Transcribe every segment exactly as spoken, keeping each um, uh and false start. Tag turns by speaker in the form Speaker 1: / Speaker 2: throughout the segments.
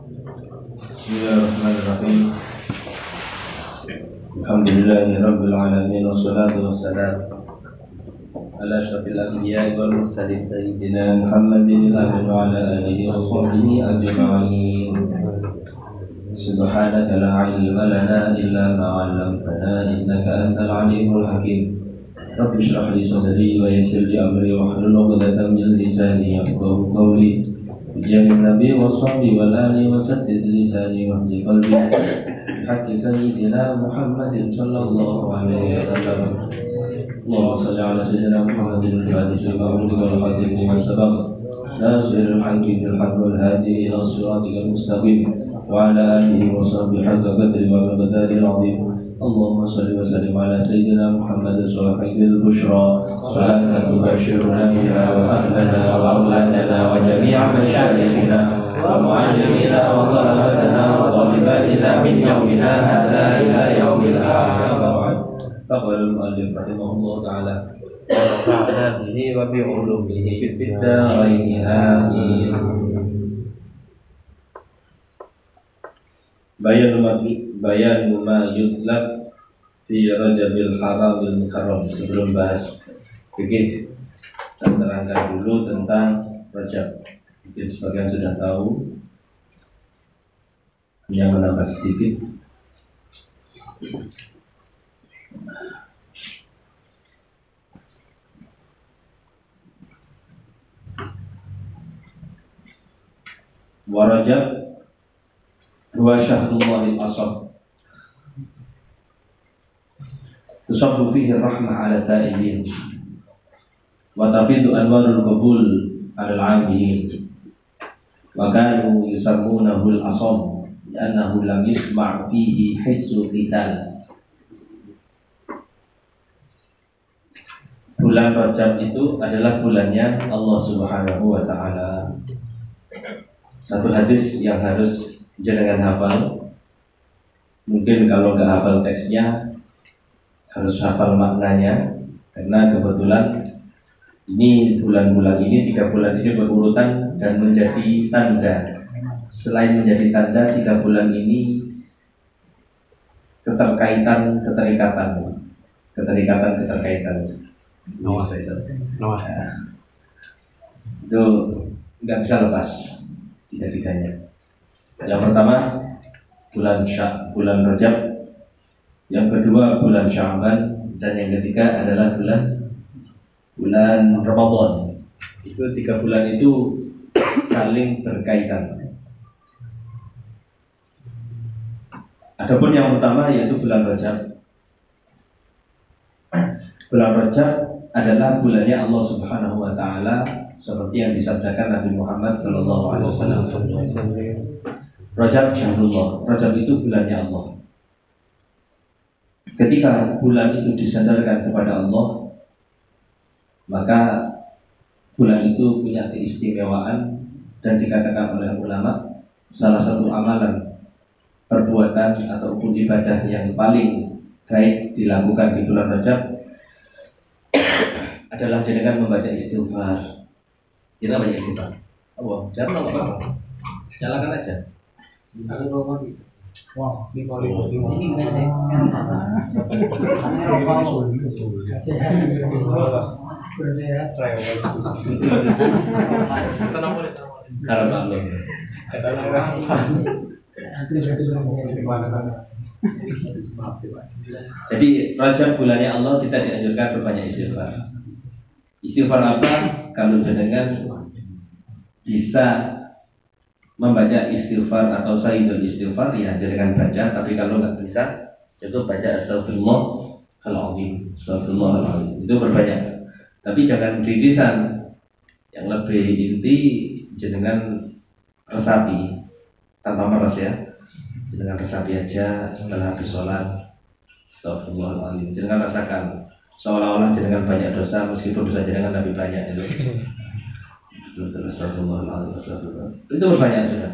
Speaker 1: Bismillahirrahmanirrahim. Alhamdulillahirabbil alamin wassalatu wassalamu ala asyrafil anbiya'i wal mursalin sayyidina Muhammadin wa ala alihi wa sahbihi ajma'in. Subhanaka la ilma lana illa ma 'allamtana innaka antal alimul hakim. Rabbi shrah li sadri wa yassir li amri wa hlul 'uqdatam min lisani yafqahu qawli. Ya Nabi wa sahbihi wa alihi wa saddid lisani wa hdi qalbi. Haqqi sayyidina Muhammadin sallallahu alaihi wasallam. Allahumma shalli ala sayyidina Muhammadin al-Fatih wa al khatim lima sabaq. Nasirul haqqi bil haqq wal hadi ila siratikal mustaqim. Wa ala alihi wa sahbihi haqqa qadri wa miqdaril azim. Allahumma shalli wa sallim ala sayyidina Muhammad sahibil bushra. Salatan tubashshiruna biha wa ahlana wa awladana wa jami'a masyayikhina wa mu'allimina wa talabatana wa talibatina min yawmina hadha ila yawmil akhir. Faqala al-mu'allif rahimahullah ta'ala wa nafa'na bihi wa bi 'ulumihi fid darain amin. Bayan ma bayan ma yutlab fi Rajabil Haramil Mukarram. Sebelum bahas fikih, kita terangkan dulu tentang Rajab. Mungkin sebagian sudah tahu, yang menambah sedikit. Wa Rajab huwa syahrullahil asad tusabbu fihi rahmah ala ta'ibin wa tafidu anwarul qabul ala al-'abidin wa kanu yusammunahu al-asam li'annahu lam yusma' fihi hissu qital. Bulan Rajab itu adalah bulannya Allah Subhanahu wa ta'ala. Satu hadis yang harus jenengan hafal, mungkin kalau nggak hafal teksnya harus hafal maknanya, karena kebetulan ini bulan-bulan ini, tiga bulan ini berurutan dan menjadi tanda. Selain menjadi tanda, tiga bulan ini keterkaitan, keterikatan, keterikatan, keterkaitan. Noah, Noah. Nah, itu nggak bisa lepas tiga-tiganya. Yang pertama bulan Sya, bulan Rajab, yang kedua bulan Sya'ban, dan yang ketiga adalah bulan bulan Ramadan. Itu tiga bulan itu saling berkaitan. Adapun yang pertama yaitu bulan Rajab. Bulan Rajab adalah bulannya Allah Subhanahu wa taala, seperti yang disabdakan Nabi Muhammad sallallahu alaihi wasallam. Rajab syahrullah, Rajab itu bulannya Allah. Ketika bulan itu disandarkan kepada Allah, maka bulan itu punya keistimewaan dan dikatakan oleh ulama salah satu amalan, perbuatan ataupun ibadah yang paling baik dilakukan di bulan Rajab adalah dengan membaca istighfar. Kita baca istighfar. Allah, jangan apa-apa. Silakan aja.
Speaker 2: Wow, ini kalau ini gimana deh?
Speaker 1: Jadi Rajab bulannya Allah, kita dianjurkan berbanyak istighfar. Istighfar apa? Kalau jenengan bisa membaca istighfar atau sayyidul istighfar, ya jangan baca. Tapi kalau nggak bisa, cukup baca astagfirullahaladzim, astagfirullahaladzim. Itu berbanyak. Tapi jangan didisan. Yang lebih inti jenengan resapi tanpa meres ya. Jenengan resapi aja setelah habis sholat, astagfirullahaladzim. Jenengan rasakan seolah-olah jenengan banyak dosa, meskipun dosa jenengan lebih banyak itu. Itu berbanyak sudah.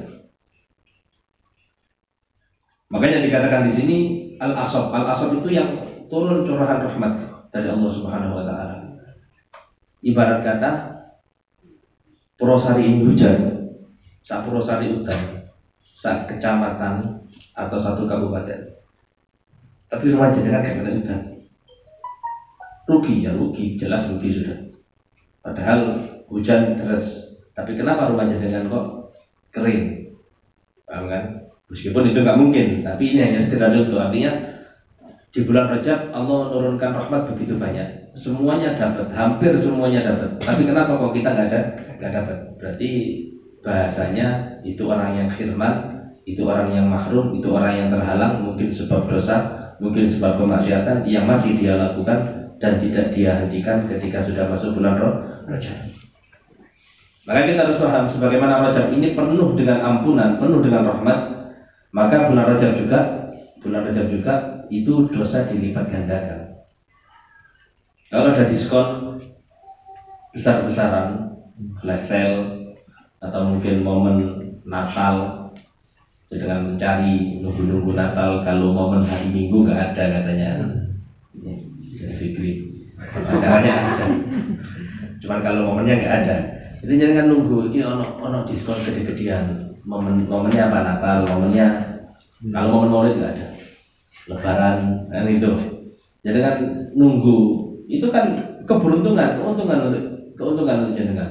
Speaker 1: Makanya dikatakan di sini al-asab. Al-asab itu yang turun curahan rahmat dari Allah Subhanahu wa taala. Ibarat kata Purwosari ini hujan, sak Purwosari udan. satu kecamatan atau satu kabupaten. Tapi rumah jenengan gak kena hujan. Rugi ya rugi, jelas rugi sudah. Padahal hujan terus. Tapi kenapa rumah jenengan kok kering? Paham kan? Meskipun itu nggak mungkin, tapi ini hanya sekedar contoh. Artinya di bulan Rajab Allah menurunkan rahmat begitu banyak. Semuanya dapat, hampir semuanya dapat. Tapi kenapa kok kita nggak ada, nggak dapat? Berarti bahasanya itu orang yang khirman, itu orang yang mahrum, itu orang yang terhalang, mungkin sebab dosa, mungkin sebab kemaksiatan yang masih dia lakukan dan tidak dia hentikan ketika sudah masuk bulan Rajab. Maka kita harus paham sebagaimana Rajab ini penuh dengan ampunan, penuh dengan rahmat, maka bulan Rajab juga, bulan Rajab juga itu dosa dilipat gandakan. Kalau ada diskon besar-besaran, flash sale atau mungkin momen Natal, dengan mencari nunggu-nunggu Natal, kalau momen hari Minggu nggak ada katanya, jadi Fikri, acaranya ada, cuman kalau momennya nggak ada. Itu jangan nunggu, ini ono ono diskon gede-gedean. Momen momennya apa Natal, momennya kalau momen Maulid nggak ada, Lebaran, kan itu. Jadi kan nunggu, itu kan keberuntungan, keuntungan untuk keuntungan untuk jenengan.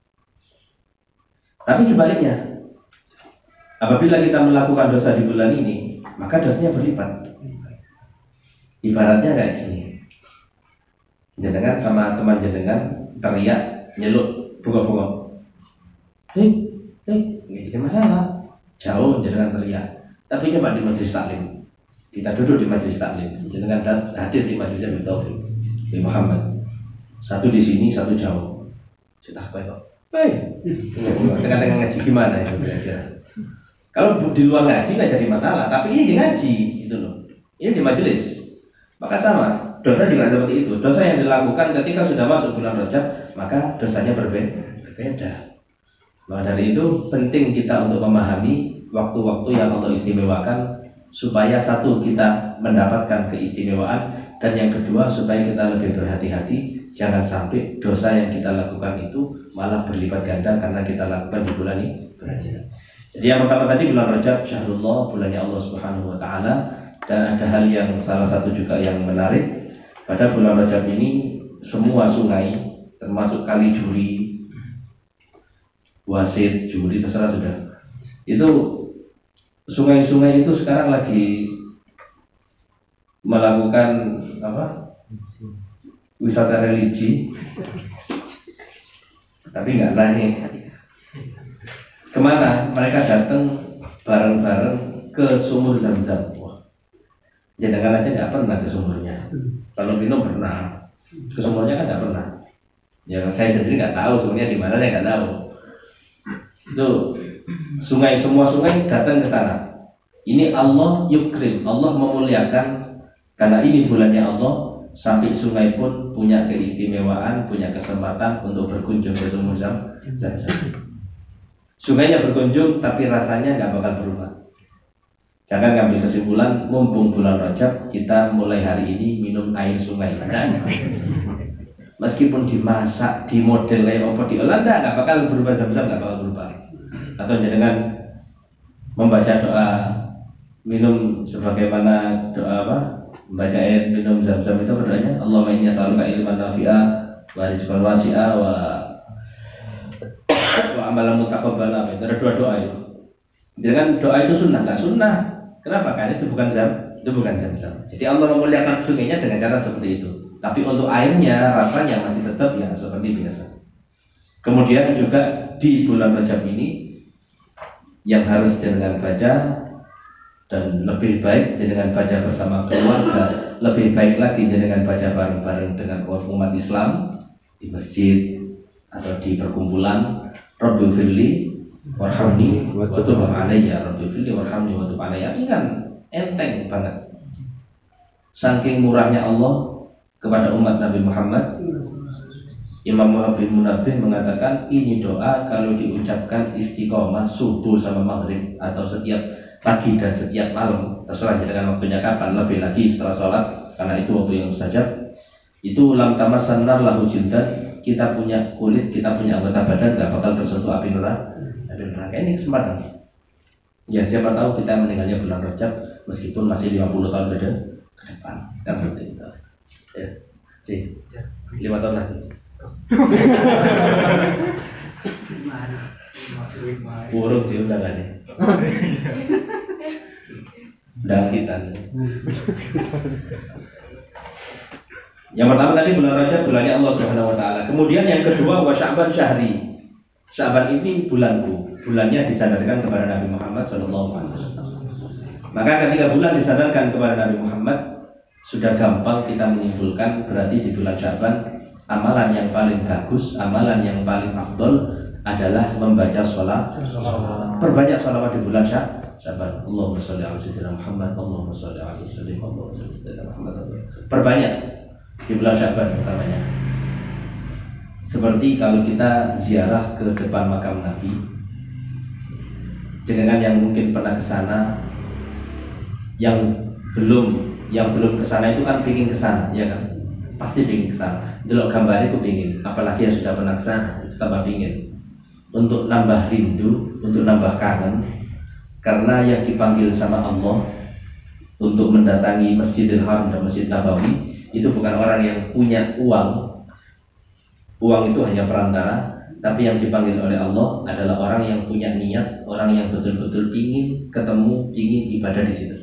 Speaker 1: Tapi sebaliknya, apabila kita melakukan dosa di bulan ini, maka dosanya berlipat. Ibaratnya kayak gini, jenengan sama teman jenengan teriak, nyeluk, bungok-bungok, hei, hei, nggak jadi masalah, jauh jenengan teriak. Tapi coba di majelis taklim, kita duduk di majelis taklim, jenengan hadir di majelisnya Habib Taufik, di Muhammad, satu di sini, satu jauh. Sudah apa kok? Hei, tengah-tengah ngaji gimana ya kira-kira? Kalau di luar ngaji nggak jadi masalah, tapi ini di ngaji, gitu loh. Ini di majelis, maka sama. Dosa juga seperti itu. Dosa yang dilakukan ketika sudah masuk bulan Rajab, maka dosanya berbeda. berbeda. Maka dari itu penting kita untuk memahami waktu-waktu yang Allah istimewakan, supaya satu kita mendapatkan keistimewaan, dan yang kedua supaya kita lebih berhati-hati, jangan sampai dosa yang kita lakukan itu malah berlipat ganda karena kita lakukan di bulan ini. Jadi yang pertama tadi bulan Rajab, syahrullah, bulannya Allah Subhanahu Wa Taala, dan ada hal yang salah satu juga yang menarik. Pada bulan Rajab ini semua sungai, termasuk kali Juri, Wasit, Juri, terserah sudah. Itu sungai-sungai itu sekarang lagi melakukan apa? Wisata religi, tapi nggak naik. Kemana? Mereka datang bareng-bareng ke sumur Zam-Zam. Wah, jenengan aja nggak pernah ke sumurnya. Kalau minum pernah, ke sumurnya kan nggak pernah. Ya saya sendiri nggak tahu sumurnya di mana, saya nggak tahu. Itu sungai, semua sungai datang ke sana. Ini Allah yukrim, Allah memuliakan, karena ini bulannya Allah, sampai sungai pun punya keistimewaan, punya kesempatan untuk berkunjung ke sumur Zam-Zam. Sungainya berkunjung, tapi rasanya nggak bakal berubah. Jangan ngambil kesimpulan, mumpung bulan Rajab, kita mulai hari ini minum air sungai. Nah, meskipun dimasak, di model lain apa diolah, nggak bakal berubah. Zam-Zam nggak bakal berubah. Atau jangan membaca doa minum sebagaimana doa apa? Membaca air minum Zam-Zam itu berdoanya, Allahumma inni as'aluka ilman nafi'a wa rizqan wasi'a wa wa amalan mutaqabbala. Itu ada dua doa itu. Jangan doa itu sunnah, nggak sunnah. Kenapa? Karena itu bukan zam, itu bukan Zam-Zam. Jadi Allah memuliakan sungainya dengan cara seperti itu. Tapi untuk airnya, rasanya masih tetap ya seperti biasa. Kemudian juga di bulan Rajab ini yang harus jenengan baca, dan lebih baik jenengan baca bersama keluarga, lebih baik lagi jenengan baca bareng-bareng dengan umat Islam di masjid atau di perkumpulan. Rabbi firli warhamni wa tub alayya, Rabbi firli warhamni wa tub alayya. Ingat, enteng banget. Saking murahnya Allah kepada umat Nabi Muhammad. Imam Wahab bin Munabbih mengatakan, ini doa kalau diucapkan istiqomah subuh sama maghrib, atau setiap pagi dan setiap malam, terserah dengan waktunya kapan, lebih lagi setelah sholat, karena itu waktu yang mustajab. Itu lam tamassannar lahu jildan, kita punya kulit, kita punya anggota badan gak bakal tersentuh api neraka. Api neraka ini kesempatan. Ya siapa tahu kita meninggalnya bulan Rajab meskipun masih lima puluh tahun ke depan. Kan seperti itu. Ya. Sih. lima tahun lagi. Burung sih undangannya. Dakitan. Yang pertama tadi bulan Rajab bulannya Allah Subhanahu wa taala. Kemudian yang kedua wa Sya'ban syahri. Sya'ban ini bulanku. Bulannya disandarkan kepada Nabi Muhammad sallallahu alaihi wasallam. Maka ketika bulan disandarkan kepada Nabi Muhammad, sudah gampang kita menyimpulkan berarti di bulan Sya'ban amalan yang paling bagus, amalan yang paling afdol adalah membaca sholat. Perbanyak sholawat di bulan Sya'ban. Allahumma sholli ala sayyidina Muhammad, Allahumma sholli ala sayyidina Muhammad, Allahumma sholli ala Muhammad. Perbanyak di bulan Sya'ban utamanya. Seperti kalau kita ziarah ke depan makam Nabi, jenengan yang mungkin pernah ke sana, yang belum yang belum ke sana itu kan pingin ke sana, ya kan? Pasti pingin ke sana. Delok gambarnya aku pingin, apalagi yang sudah pernah ke sana, itu tambah pingin. Untuk nambah rindu, untuk nambah kangen, karena yang dipanggil sama Allah untuk mendatangi Masjidil Haram dan Masjid Nabawi itu bukan orang yang punya uang. Uang itu hanya perantara. Tapi yang dipanggil oleh Allah adalah orang yang punya niat, orang yang betul-betul ingin ketemu, ingin ibadah di situ.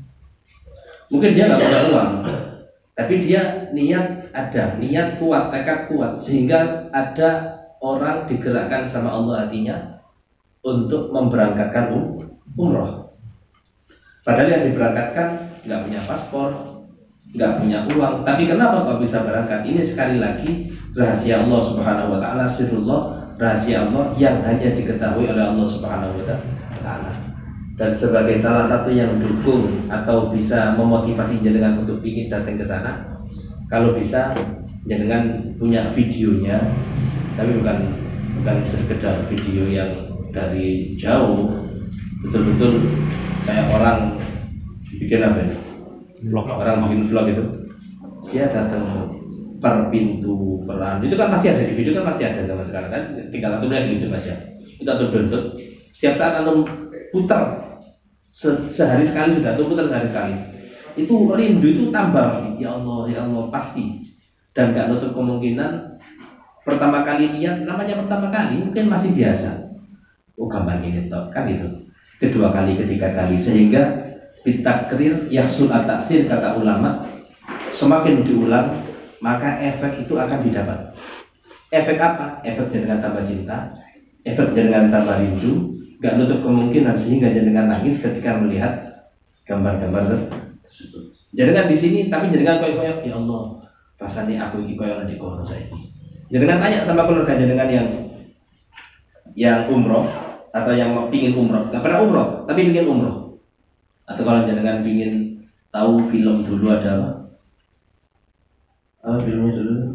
Speaker 1: Mungkin dia nggak punya uang, tapi dia niat ada, niat kuat, tekad kuat, sehingga ada orang digerakkan sama Allah hatinya untuk memberangkatkan um, umroh. Padahal yang diberangkatkan nggak punya paspor, nggak punya uang, tapi kenapa kok bisa berangkat? Ini sekali lagi rahasia Allah Subhanahu wa taala, sirrullah, rahasia Allah yang hanya diketahui oleh Allah Subhanahu wa taala. Dan sebagai salah satu yang mendukung atau bisa memotivasi jenengan untuk ingin datang ke sana, kalau bisa jenengan punya videonya, tapi bukan bukan sekedar video yang dari jauh, betul-betul kayak orang bikin apa ya? Vlog. Orang bikin vlog itu, dia datang per pintu peran itu kan masih ada di video, kan masih ada zaman sekarang kan, tinggal antum lihat di YouTube aja, itu antum bentuk setiap saat antum putar Se- sehari sekali sudah antum putar sehari sekali, itu rindu itu tambah pasti, ya Allah ya Allah pasti, dan nggak nutup kemungkinan pertama kali lihat, namanya pertama kali mungkin masih biasa, oh gambar ini toh kan itu, kedua kali ketiga kali, sehingga bitakrir yahsul at-ta'thir kata ulama, semakin diulang maka efek itu akan didapat. Efek apa? Efek jenengan tambah cinta, efek jenengan tambah rindu, gak nutup kemungkinan sehingga jenengan nangis ketika melihat gambar-gambar tersebut. Jenengan di sini tapi jenengan koyok-koyok, ya Allah, rasanya aku iki koyok di kono saiki. Jenengan tanya sama keluarga jenengan yang yang umroh atau yang mau pingin umroh, gak pernah umroh tapi pingin umroh. Atau kalau jenengan pingin tahu film dulu ada apa? Ah, filmnya dulu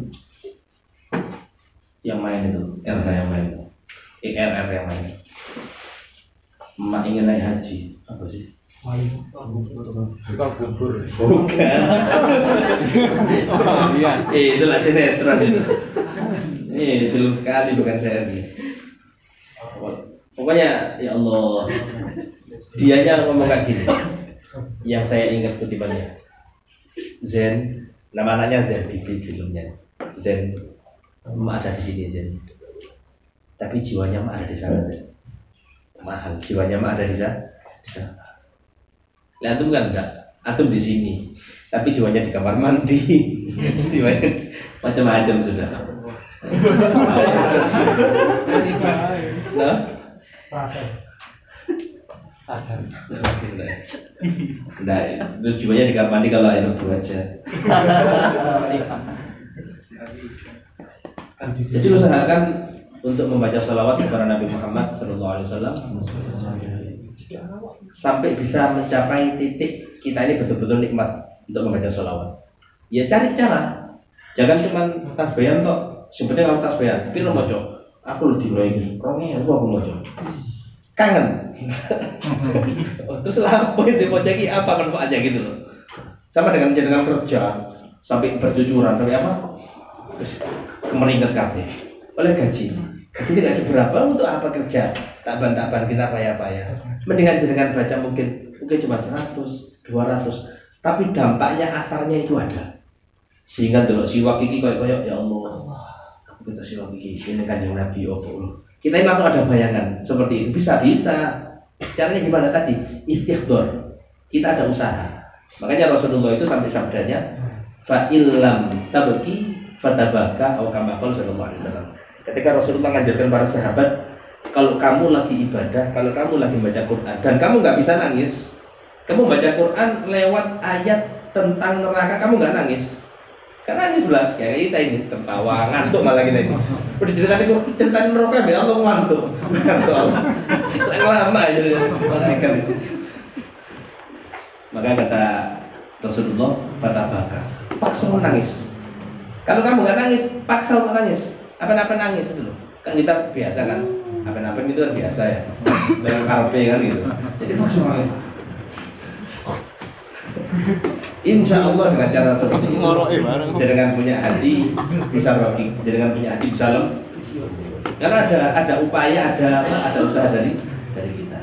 Speaker 1: yang main itu, R K yang main, E R R yang main. Emak ingin naik haji, apa sih?
Speaker 2: Bukan kubur.
Speaker 1: Bukan. Eh, itulah sinetron itu. Eh, film sekali bukan seri. Pokoknya ya Allah, dianya ngomong kayak gini. Yang saya ingat kutipannya, Zen. Nama anaknya Zen di filmnya. Zen, emak ada di sini Zen. Tapi jiwanya emak ada di sana Zen. Mahal, jiwanya emak ada di sana. Di sana. Nah, antum kan enggak, antum di sini. Tapi jiwanya di kamar mandi. Macam-macam sudah. Nah,
Speaker 2: sadar.
Speaker 1: Nah, itu jiwanya di kamar mandi kalau air rebu aja. Jadi usahakan untuk membaca salawat kepada Nabi Muhammad Sallallahu Alaihi Wasallam sampai bisa mencapai titik kita ini betul-betul nikmat untuk membaca salawat. Ya cari cara, jangan cuma tasbihan kok. Sebenarnya kalau tasbihan, tapi lo mojo, aku lo di ini, orangnya aku aku mojo. Kangen. Oh, terus lah poin di mojo ini apa manfaatnya gitu loh. Sama dengan dengan kerja sampai bercucuran sampai apa? Terus kemeringat kabeh oleh gaji.
Speaker 3: gaji nggak seberapa, untuk apa kerja? Taban-taban kita payah-payah. Mendingan jenengan baca mungkin mungkin cuma seratus, dua ratus, tapi dampaknya akarnya itu ada. Sehingga dulu siwak iki koyok-koyok, ya Allah, aku kita siwak iki ini Kanjeng Nabi opo. Kita ini langsung ada bayangan seperti itu, bisa-bisa. Caranya gimana tadi? Istighfar. Kita ada usaha. Makanya Rasulullah itu sampai sabdanya, fa illam tabki fatabaka atau kama qala sallallahu alaihi wasallam. Ketika Rasulullah mengajarkan para sahabat, kalau kamu lagi ibadah, kalau kamu lagi baca Quran dan kamu nggak bisa nangis, kamu baca Quran lewat ayat tentang neraka, kamu nggak nangis, kan nangis belas kayak kita ini tertawa ngantuk malah kita ini. Udah ceritain ceritain neraka be Allah ngantuk, ngantuk Allah. Lama aja malaikat itu. Maka kata Rasulullah, fatabaka, paksa nangis. Kalau kamu nggak nangis, paksa untuk nangis. Apa-apa nangis itu loh. Kan kita biasa kan, apa-apa itu kan biasa ya. Dengan karpe kan gitu. Jadi paksa nangis. Insya Allah dengan cara seperti itu, jangan punya hati bisa rogi, jangan punya hati bisa lem. Karena ada ada upaya, ada apa, ada usaha dari dari kita.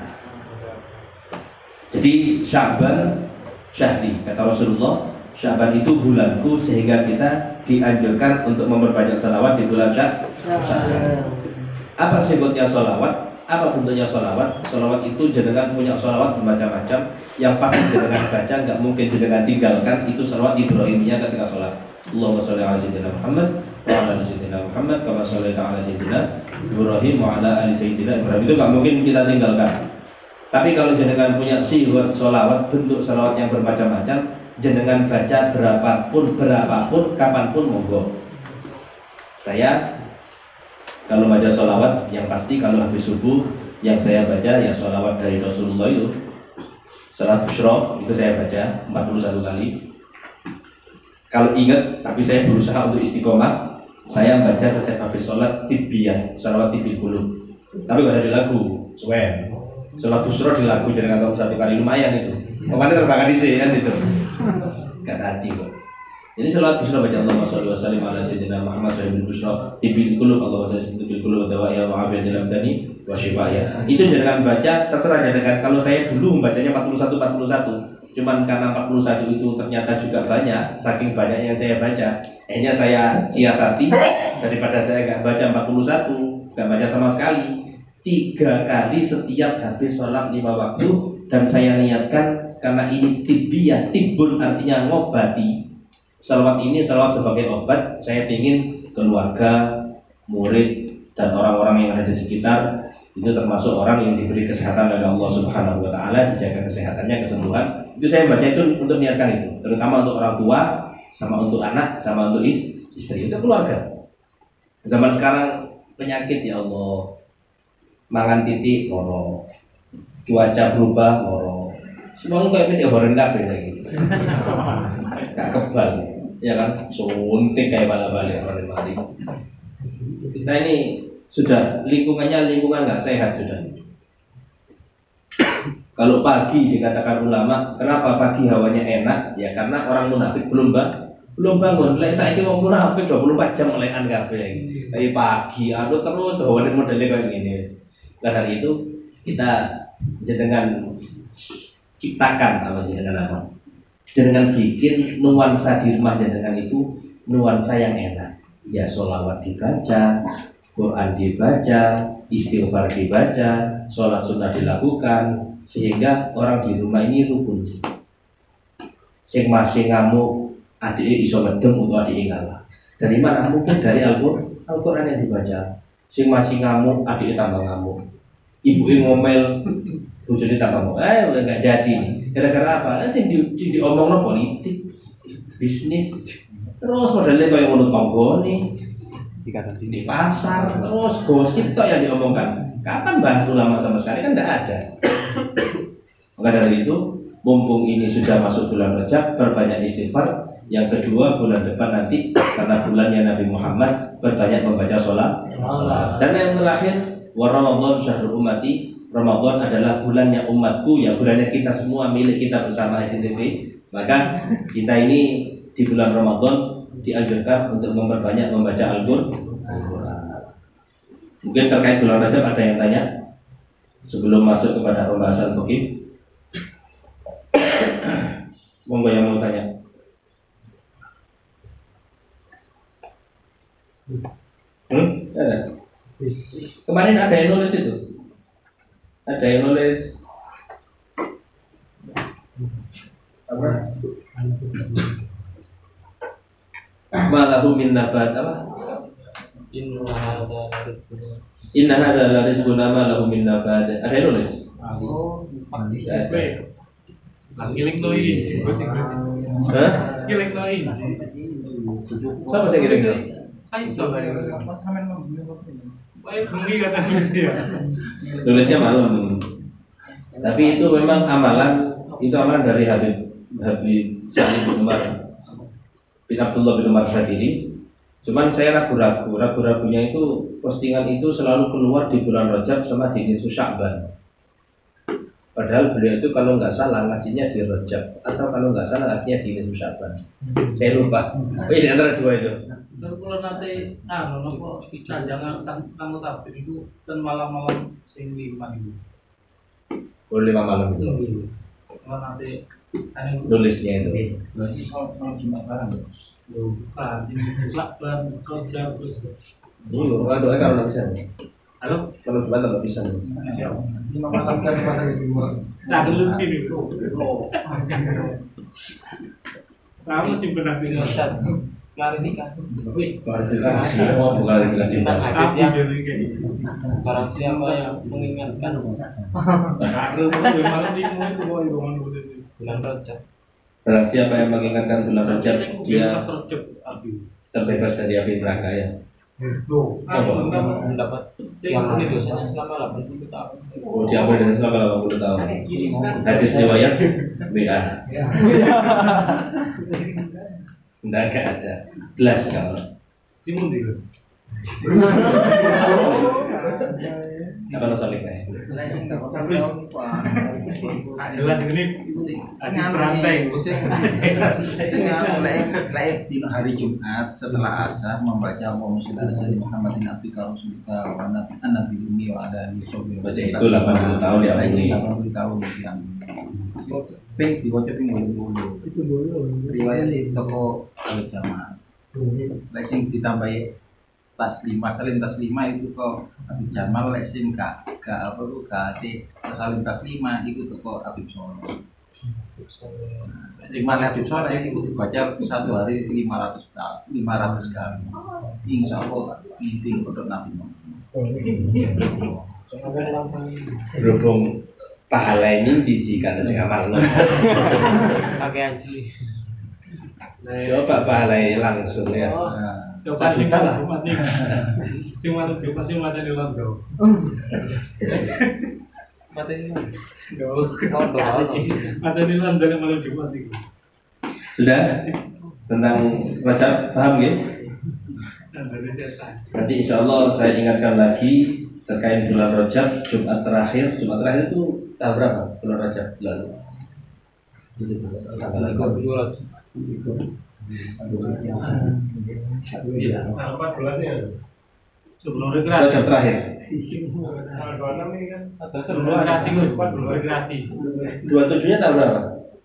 Speaker 3: Jadi Sya'ban syahri, kata Rasulullah, Sya'ban itu bulanku, sehingga kita dianjurkan untuk memperbanyak salawat di bulan Sya'ban. Apa sebutnya salawat? Apa bentuknya salawat? Salawat itu jenengan punya salawat bermacam-macam. Yang pasti jenengan baca, nggak mungkin jenengan tinggalkan. Itu salawat Ibrahimiyah ketika sholat. Allahumma sholli ala sayyidina Muhammad wa ala ali sayyidina Muhammad kama shallaita ala sayyidina Ibrahim wa ala ali sayyidina Ibrahim. Itu nggak mungkin kita tinggalkan. Tapi kalau jenengan punya siwat salawat, bentuk salawat yang bermacam-macam, jenengan baca berapapun, berapapun, kapanpun monggo. Saya kalau baca sholawat, yang pasti kalau habis subuh yang saya baca ya sholawat dari Rasulullah itu, salat Bushra itu saya baca empat puluh satu kali. Kalau ingat, tapi saya berusaha untuk istiqomah, saya baca setiap habis sholat tibbiyah, sholawat tibbil qulub. Tapi gak ada di lagu, suwen. Salat Bushra di lagu, jangan kamu satu kali lumayan itu. Kemana terbakar di sini kan itu. Gak hati kok. Jadi sholawat Bushra baca Allahumma sholli wa sallim ala sayyidina Muhammad sahibul Bushra tibbil qulub, Allahumma sholli tibbil qulub wa dawaiya wa afiyatil abdani wa shifaya. Itu jangan baca, terserah jangan. Kalau saya dulu membacanya empat puluh satu empat puluh satu, cuman karena empat puluh satu itu ternyata juga banyak, saking banyak yang saya baca, akhirnya saya siasati daripada saya enggak baca empat puluh satu, enggak baca sama sekali. Tiga kali setiap habis sholat lima waktu, dan saya niatkan karena ini tibbiyah, tibbun artinya ngobati. Salawat ini salawat sebagai obat. Saya ingin keluarga, murid, dan orang-orang yang ada di sekitar itu termasuk orang yang diberi kesehatan oleh Allah Subhanahu Wa Taala, dijaga kesehatannya, kesembuhan. Itu saya baca itu untuk niatkan itu, terutama untuk orang tua, sama untuk anak, sama untuk istri, itu keluarga. Zaman sekarang penyakit ya Allah, mangan titik loro, cuaca berubah loro, semuanya kayak titik horeng kabeh lagi. Gak kebal, ya kan? Suntik kayak bala-balik orang mari. Kita ini sudah lingkungannya lingkungan nggak sehat sudah. Kalau pagi dikatakan ulama, kenapa pagi hawanya enak? Ya karena orang munafik belum bang, belum bangun. Lek saya ini mau munafik dua puluh empat jam melekan kabeh. Kayak pagi, anu terus hawane modelnya kayak gini. Nah dari itu kita jenengan ciptakan apa jenengan apa? Jenengan bikin nuansa di rumah jenengan itu nuansa yang enak. Ya sholawat dibaca, Quran dibaca, istighfar dibaca, sholat sunnah dilakukan, sehingga orang di rumah ini rukun. Sing masih ngamuk, adiknya iso medem untuk adiknya ngalah. Dari mana? Mungkin dari Al-Quran, Al-Quran yang dibaca. Sing masih ngamuk, adiknya tambah ngamuk. Ibunya ngomel, bujurnya tambah ngomel. Eh, udah nggak jadi nih. Gara-gara apa? Eh, sing di, di diomongno politik, bisnis, terus modelnya kayak ngono tonggo nih. Di pasar, terus gosip toh yang diomongkan. Kapan bahas ulama sama sekali? Kan tidak ada. Maka dari itu, mumpung ini sudah masuk bulan Rajab, perbanyak istighfar. Yang kedua, bulan depan nanti karena bulannya Nabi Muhammad, perbanyak membaca sholat. Dan yang terakhir, wa Ramadan syahrul ummati. Ramadan adalah bulannya umatku, ya bulannya kita semua, milik kita bersama S C T V. Maka kita ini di bulan Ramadan dianjurkan untuk memperbanyak membaca Al-Quran. Mungkin terkait bulan Rajab ada yang tanya sebelum masuk kepada pembahasan fikih. Monggo yang mau tanya. Hmm? Ada. Kemarin ada yang nulis itu. Ada yang nulis apa? Malahu min nafat apa?
Speaker 2: Inna hadza rizquna.
Speaker 3: Inna hadza la rizquna ma lahu min nafat. Ada yang nulis?
Speaker 2: Oh,
Speaker 3: Tidak ada.
Speaker 2: ngiling no iki, Gus Gus.
Speaker 3: Hah?
Speaker 2: Ngiling no iki.
Speaker 3: Siapa sih kira-kira?
Speaker 2: Aisyah lah. Baik bengi katanya ya.
Speaker 3: Tulisnya malam. Tapi itu memang amalan, itu amalan dari Habib Habib Sa'id bin Umar bin Abdullah bin Umar Syadili. Cuman saya ragu-ragu, ragu-ragunya itu postingan itu selalu keluar di bulan Rajab sama di nisfu Sya'ban. Padahal beliau itu kalau nggak salah ngasihnya di Rajab atau kalau nggak salah ngasihnya di nisfu Sya'ban. Saya lupa. Oh, ini antara dua itu.
Speaker 4: Terus kalau nanti, ah, nopo jangan kamu tahu itu dan malam-malam sing lima itu.
Speaker 3: Boleh lima malam itu.
Speaker 4: Kalau nanti,
Speaker 3: Nulisnya itu.
Speaker 4: kalau cuma barang, bukan ini bukan dan kerja terus.
Speaker 3: Iya, aduh, kalau nggak bisa.
Speaker 4: Halo,
Speaker 3: Kalau Jumat nggak bisa.
Speaker 4: lima malam kan masa itu. Saya dulu sini. Oh. Kamu simpen nanti.
Speaker 2: Klarifikasi.
Speaker 4: Wih,
Speaker 3: Klarifikasi, bukan klarifikasi.
Speaker 2: Tentang hadis yang
Speaker 4: jadi kayak gitu.
Speaker 2: barang siapa yang mengingatkan
Speaker 4: Kalau malam lima itu mau ibu mana betul.
Speaker 2: bulan Rajab.
Speaker 3: Barang siapa yang mengingatkan bulan Rajab, dia
Speaker 4: pas Rajab abi.
Speaker 3: terbebas dari api neraka ya.
Speaker 4: Tuh, kamu kamu
Speaker 2: Mendapat yang ini dosanya selama delapan puluh tahun.
Speaker 3: Oh, diambil dari selama delapan puluh tahun. Hadis riwayat B A. Enggak ada. Belas kalau.
Speaker 4: Simun dia.
Speaker 3: Apa nosolik nih?
Speaker 4: Jelas ini hadis berantai.
Speaker 5: Laif di hari Jumat setelah asar membaca Allahumma sholli ala sayyidina Muhammadin abdika rasulika wa nabi umi wa ada di sobi
Speaker 3: Baca itu delapan puluh tahun ya ini.
Speaker 5: delapan puluh tahun yang P dibaca ping dulu riwayat di toko al-jamaah lexing ditambahi tas lima salim tas lima itu kok Habib Jamal lexing kak kak apa tuh kak C salim tas lima itu toko Habib Soleh lima Habib Soleh itu dibaca satu hari lima ratus kali lima ratus kali insya Allah ini untuk Nabi
Speaker 3: Berhubung pahala ini dijikan sing amal lo.
Speaker 2: Pakai haji.
Speaker 3: Coba pahala langsung ya.
Speaker 4: Coba
Speaker 3: Satu juta lah.
Speaker 4: Jumat nih. Cuma Jumat cuma ada di Londo.
Speaker 2: Mati ini.
Speaker 4: Enggak. Ada di Londo yang malam Jumat itu.
Speaker 3: Sudah tentang Rajab paham ya?
Speaker 4: Dari setan.
Speaker 3: Nanti insya Allah saya ingatkan lagi terkait bulan Rajab Jumat terakhir. Jumat terakhir itu tanggal berapa? Bulan Rajab lalu. Tanggal
Speaker 2: Bulan
Speaker 4: Tanggal empat belas ya. Sebelum
Speaker 3: Rajab
Speaker 4: rekreasi.
Speaker 3: terakhir.
Speaker 4: Tanggal dua puluh enam ini kan. Sebelum rekreasi Gus, sebelum rekreasi.
Speaker 3: dua puluh tujuh nya tanggal berapa?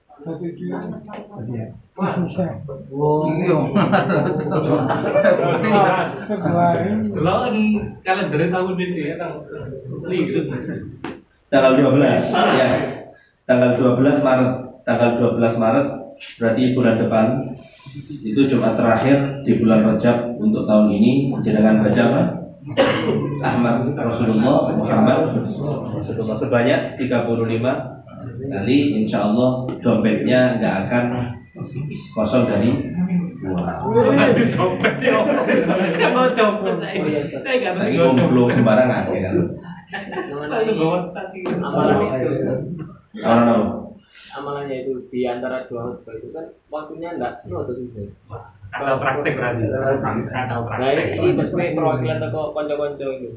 Speaker 4: Lo lagi kalender tahun ini ya tanggal lihat.
Speaker 3: Tanggal dua belas ya. Tanggal dua belas Maret. Tanggal dua belas Maret berarti bulan depan. Itu Jumat terakhir di bulan Rajab untuk tahun ini. Jenengan baca apa? Ahmad Rasulullah Muhammad Rasulullah sebanyak tiga puluh lima kali, insya Allah dompetnya nggak akan kosong dari
Speaker 4: Dompet ya. Kalau dompet saya, saya nggak
Speaker 3: saya
Speaker 4: tahu.
Speaker 3: ngumpul sembarangan ya kan.
Speaker 4: Lalu bawa tas ini.
Speaker 2: Amalan itu,
Speaker 3: Orang tahu.
Speaker 2: amalannya itu di antara dua khutbah itu kan waktunya enggak nutup bisa.
Speaker 4: Ada praktek berarti. Ada
Speaker 2: Nah
Speaker 4: praktek.
Speaker 2: ini maksudnya perwakilan toko konco-konco gitu.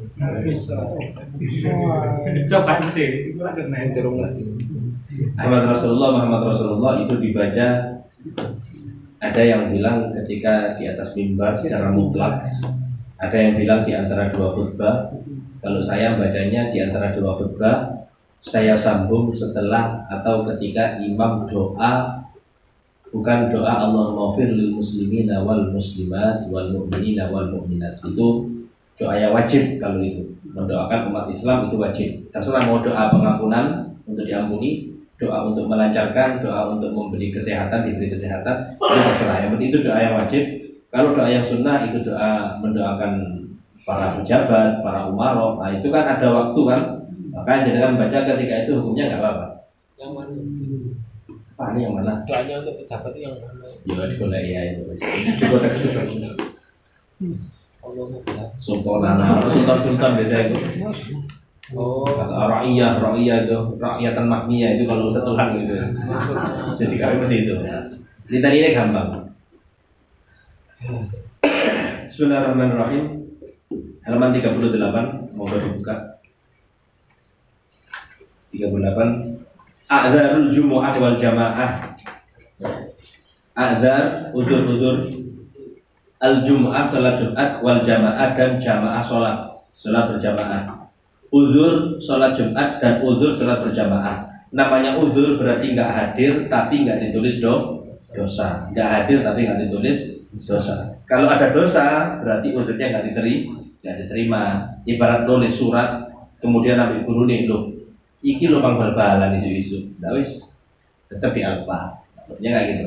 Speaker 4: Coba sih, itu ada nih.
Speaker 2: Cenderung lagi.
Speaker 3: Muhammad Rasulullah Muhammad Rasulullah itu dibaca, ada yang bilang ketika di atas mimbar secara mutlak, ada yang bilang di antara dua khutbah, Kalau saya bacanya di antara dua khutbah, saya sambung setelah atau ketika imam doa, bukan doa Allahumma fir lil muslimina wal muslimat wal mu'minina wal mu'minat. Itu doa yang wajib. Kalau itu mendoakan umat Islam itu wajib. Terserah mau doa pengampunan untuk diampuni, doa untuk melancarkan, doa untuk memberi kesehatan, diberi kesehatan, itu terserah. Yang penting itu doa yang wajib. Kalau doa yang sunnah itu doa mendoakan para pejabat, para umaroh. Nah itu kan ada waktu kan, maka jangan baca ketika itu hukumnya nggak apa-apa.
Speaker 2: Yang mana?
Speaker 3: Apa ini yang mana?
Speaker 2: Doanya untuk pejabat itu yang mana?
Speaker 3: Ya di kota ya itu. Di kota kesukaan.
Speaker 2: Allah Muhammad.
Speaker 3: Sultan anak, sultan sultan biasa itu.
Speaker 2: Oh,
Speaker 3: Rakyat, rakyat itu, rakyatan mahmiyah itu kalau satu hal gitu. Jadi kami mesti itu. Ini tadi ini gampang. Bismillahirrahmanirrahim. Halaman tiga puluh delapan, mau dibuka. tiga puluh delapan. A'dzarul jumu'ah wal jamaah. A'dzar, udzur-udzur al-jumu'ah, salat Jumat, wal jamaah dan jamaah salat, salat berjamaah. Udzur salat Jumat dan udzur salat berjamaah. Namanya udzur berarti nggak hadir tapi nggak ditulis do, dosa. Nggak hadir tapi nggak ditulis dosa. Kalau ada dosa berarti udzurnya nggak diterima, nggak diterima. Ibarat nulis surat kemudian ambil guru nih lo, iki lo bang bal-balan isu-isu, nggak wis tetap dialpa. Maksudnya kayak gitu.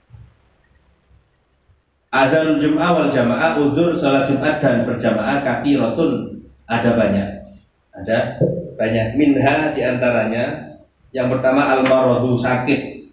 Speaker 3: Adzanul Jum'ah wal jamaah, udzur salat Jumat dan berjamaah katsiratun, ada banyak. Ada banyak. Minha diantaranya yang pertama al-maradu, sakit.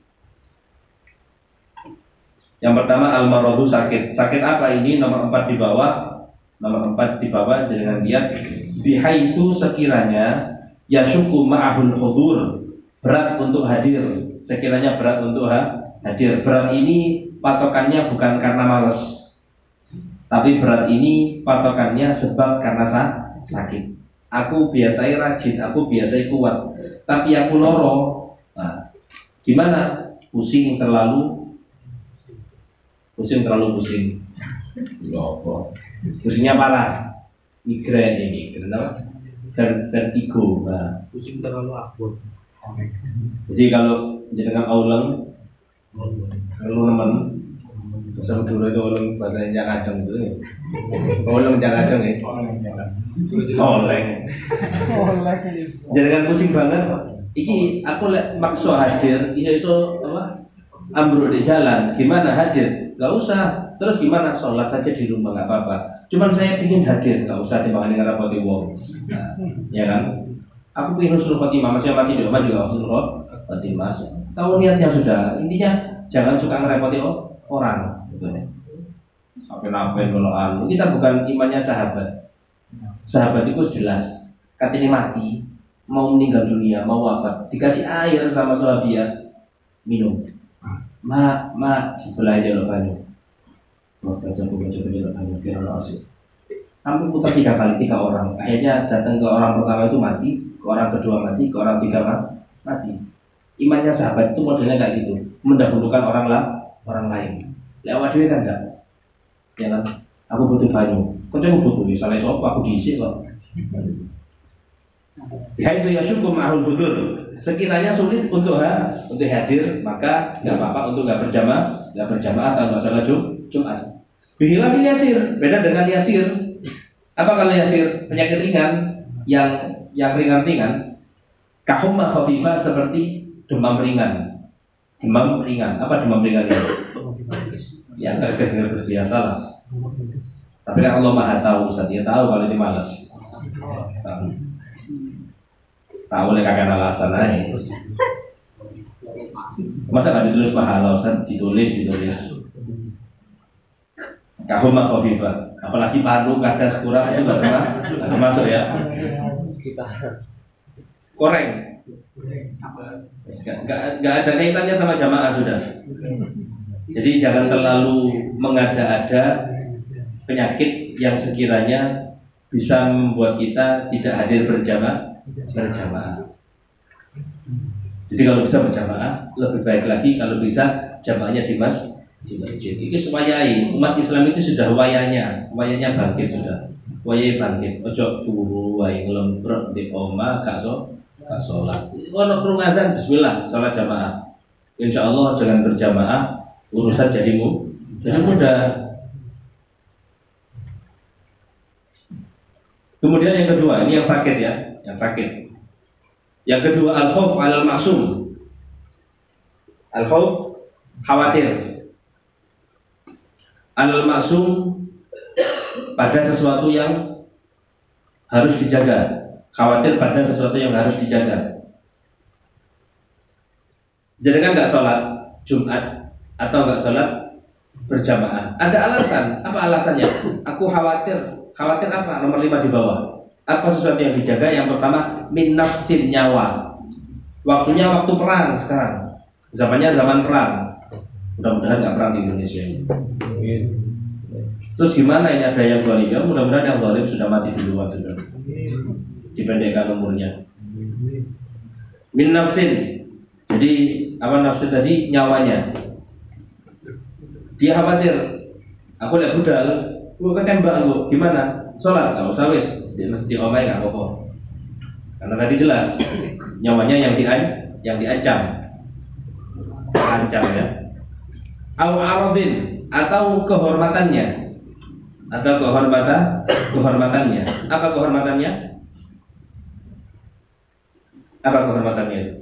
Speaker 3: Yang pertama al-maradu, sakit. Sakit apa ini? Nomor empat di bawah. Nomor empat di bawah dengan lihat bihaitsu sekiranya yasyuku ma'ahul hudur, berat untuk hadir. Sekiranya berat untuk ha, hadir. Berat ini patokannya bukan karena malas, tapi berat ini patokannya sebab karena sakit. Aku biasanya rajin, aku biasanya kuat, tapi aku loro. Nah, gimana? Pusing terlalu, pusing terlalu pusing. Lopo. Pusingnya parah. Migrain ini, kenapa? Vertigo. Nah,
Speaker 4: Pusing terlalu akut.
Speaker 3: jadi kalau jenengan aulang, kalau teman, sama dulu itu ulang bahasa jangan kadang itu ya. Ulang jangan kadang ya. Oleng. Jangan pusing banget. Iki aku lek makso hadir, iso-iso apa? Ambruk di jalan. Gimana hadir? Gak usah. Terus gimana? Sholat saja di rumah nggak apa-apa. Cuman saya ingin hadir, nggak usah timbangan dengan rapoti wong. Nah, ya kan? Aku ingin husnul khotimah, masih mati di rumah juga husnul khotimah. Tahu niatnya sudah. Intinya jangan suka ngerepoti orang. Apa-apa kalau anu, kita bukan imannya sahabat. Sahabat itu jelas, katanya mati, mau meninggal dunia, mau wafat, dikasih air sama sahabiah, minum. Ma, ma, sebelah aja lo banyu. Mau baca baca baca lo banyu, kira lo asik. Sampai putar tiga kali, tiga orang. Akhirnya datang ke orang pertama itu mati, ke orang kedua mati, ke orang tiga mati. Imannya sahabat itu modelnya kayak gitu, mendahulukan orang lah, orang lain. Lewat dia kan enggak, jangan. Aku butuh banyu, kau coba butuh, misalnya sopo aku diisi kok. Ya itu ya syukur ma'hul budur. Sekiranya sulit untuk ha, untuk hadir, maka nggak apa-apa untuk nggak berjamaah, nggak berjamaah atau nggak salat Jumat. Bihilafil yasir, beda dengan yasir. Apa kalau yasir? Penyakit ringan, yang yang ringan-ringan. Kahumma khafifah, seperti demam ringan. Demam ringan, apa demam ringan itu? Ya ngerges-ngerges biasa lah. Tapi kan Allah Maha tahu, Ustaz. Dia tahu kalau ini malas. Tahu. Tahu oleh kakek alasan aja. Masa nggak ditulis pahala, Ustaz? Ditulis, ditulis. Kahumah khafifah. Apalagi panu, kadas, kurang itu nggak termasuk ya.
Speaker 2: kita
Speaker 3: Koreng. Nggak ada kaitannya sama jamaah sudah. Jadi jangan terlalu mengada-ada penyakit yang sekiranya bisa membuat kita tidak hadir berjamaah. Berjamaah. Jadi kalau bisa berjamaah, lebih baik lagi kalau bisa jamaahnya di mas di masjid. Ini supaya umat Islam itu sudah wayanya, wayanya bangkit sudah. wae bangkit, ojo turu wae ngelomprok di oma gak so gak sholat. Ono krungu adzan bismillah sholat jamaah. Insya Allah dengan berjamaah urusan jadimu jadi mudah. Kemudian yang kedua, ini yang sakit ya, yang sakit. Yang kedua al-khauf 'alal ma'sum. Al-khauf khawatir. Al ma'sum pada sesuatu yang harus dijaga. Khawatir pada sesuatu yang harus dijaga. Jadi kan nggak sholat Jumat atau nggak sholat berjamaah. Ada alasan. Apa alasannya? Aku khawatir. Khawatir apa? Nomor lima di bawah. Apa sesuatu yang dijaga? Yang pertama min nafsin, nyawa. Waktunya waktu perang sekarang. Zamannya zaman perang. Mudah-mudahan nggak perang di Indonesia ini. Terus gimana ini ada yang zalim? Ya mudah-mudahan yang zalim sudah mati duluan sudah. Dipendekkan umurnya. Min nafsin. Jadi apa nafsin tadi? Nyawanya. Dia khawatir. Aku lihat budal, aku ketembak aku. Gimana? Sholat? Gak usah wis. Di masjid omai nggak apa-apa. Karena tadi jelas nyawanya yang di yang diancam. Ancam ya. Au aradin atau kehormatannya. Atau kehormatan kehormatannya. Apa kehormatannya? Apa kehormatannya itu?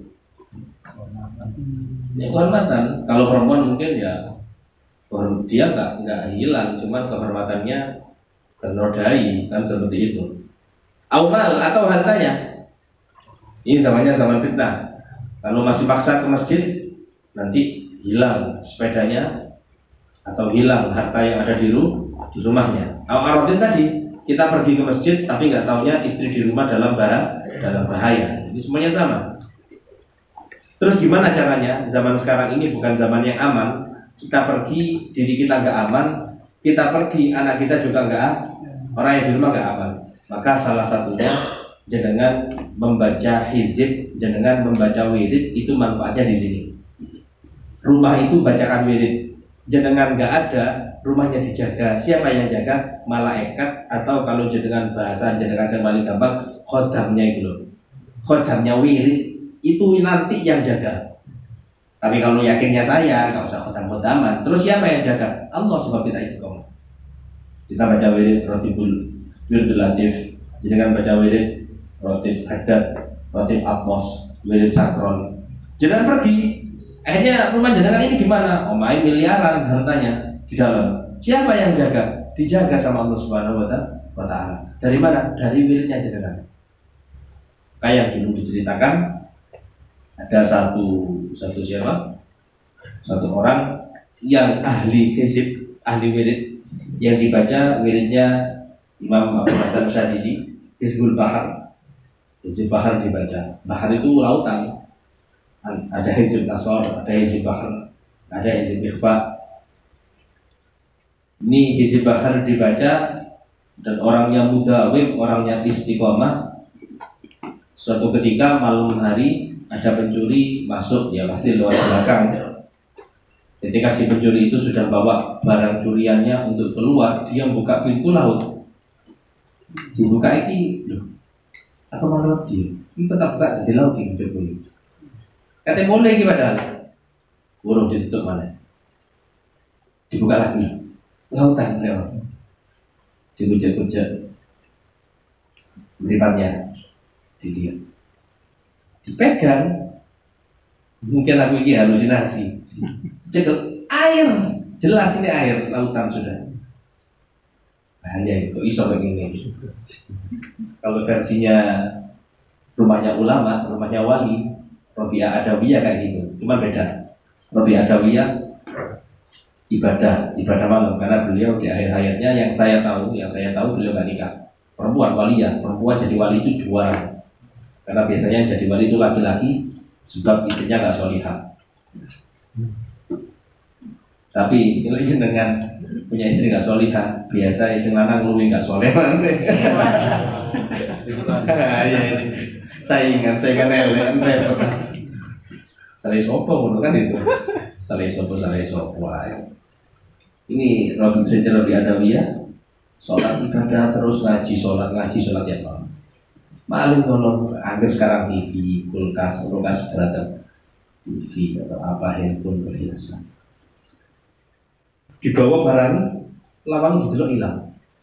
Speaker 3: Ya, kehormatan. Kalau perempuan mungkin ya dia nggak nggak hilang, cuma kehormatannya ternodai kan seperti itu. Aumal atau hartanya. Ini zamannya zaman fitnah. Kalau masih paksa ke masjid, nanti hilang sepedanya atau hilang harta yang ada di, ru di rumahnya. Al-Aradin tadi kita pergi ke masjid tapi nggak taunya istri di rumah dalam bahaya, dalam bahaya. Ini semuanya sama. Terus gimana caranya? Zaman sekarang ini bukan zaman yang aman. Kita pergi, diri kita nggak aman. Kita pergi, anak kita juga nggak, orang yang di rumah nggak aman. Maka salah satunya dengan membaca hizib, dengan membaca wirid itu manfaatnya di sini. Rumah itu bacakan wirid. Jenengan nggak ada, rumahnya dijaga. Siapa yang jaga? Malaikat atau kalau jenengan bahasa jenengan yang paling gampang, khodamnya itu loh. Khodamnya wirid itu nanti yang jaga. Tapi kalau yakinnya saya, nggak usah khodam-khodaman. Terus siapa yang jaga? Allah sebab kita istiqomah. Kita baca wirid rotibul wirid latif, jenengan baca wirid rotib hadat, rotib atmos, wirid sakron. Jenengan pergi. Akhirnya rumah jenengan ini gimana? Oh main miliaran hartanya di dalam. Siapa yang jaga? Dijaga sama Allah Subhanahu wa Ta'ala. Dari mana? Dari wiridnya jenengan. Kayak yang dulu diceritakan, ada satu satu siapa? Satu orang yang ahli hizib, ahli wirid, yang dibaca wiridnya Imam Abu Hasan Syadili, Hizbul Bahar. Hizbul Bahar dibaca. Bahar itu lautan. Ada hizib nasor, ada hizib bahar, ada hizib ikhfa. Ini hizib bahar dibaca dan orangnya mudawim, orangnya istiqomah. Suatu ketika malam hari ada pencuri masuk, ya pasti lewat belakang. Ketika si pencuri itu sudah bawa barang curiannya untuk keluar, dia buka pintu laut. Dibuka ini, loh, apa malah dia? Ini tetap buka di laut ini pencuri. Kata mulai gimana? Burung ditutup mana? Dibuka lagi. Lautan lewat. Dikucek-kucek. Meripannya dilihat. Dipegang. Mungkin aku ini halusinasi. Cek air. Jelas ini air lautan sudah. Bahaya itu. Kok iso kayak gini? Kalau versinya rumahnya ulama, rumahnya wali, Robiah Adawiyah kayak gitu, cuma beda. Robiah Adawiyah ibadah, ibadah malam karena beliau di akhir hayatnya yang saya tahu, yang saya tahu beliau gak nikah. Perempuan waliyah, perempuan jadi wali itu juara. Karena biasanya yang jadi wali itu laki-laki sebab istrinya gak solihah. Tapi ini dengan punya istri gak solihah, biasa istri lanang luwih gak soleh. Ya ini saingan, saingan elek repot. Saleh sopo kan itu. Saleh sopo, saleh sopo. Ini Robi Siti Robi Adawiyah sholat ibadah terus ngaji sholat ngaji sholat ya malam. Maling kalau hampir sekarang T V, kulkas, kulkas beragam T V atau apa handphone perhiasan. Dibawa barang, lawang didelok hilang.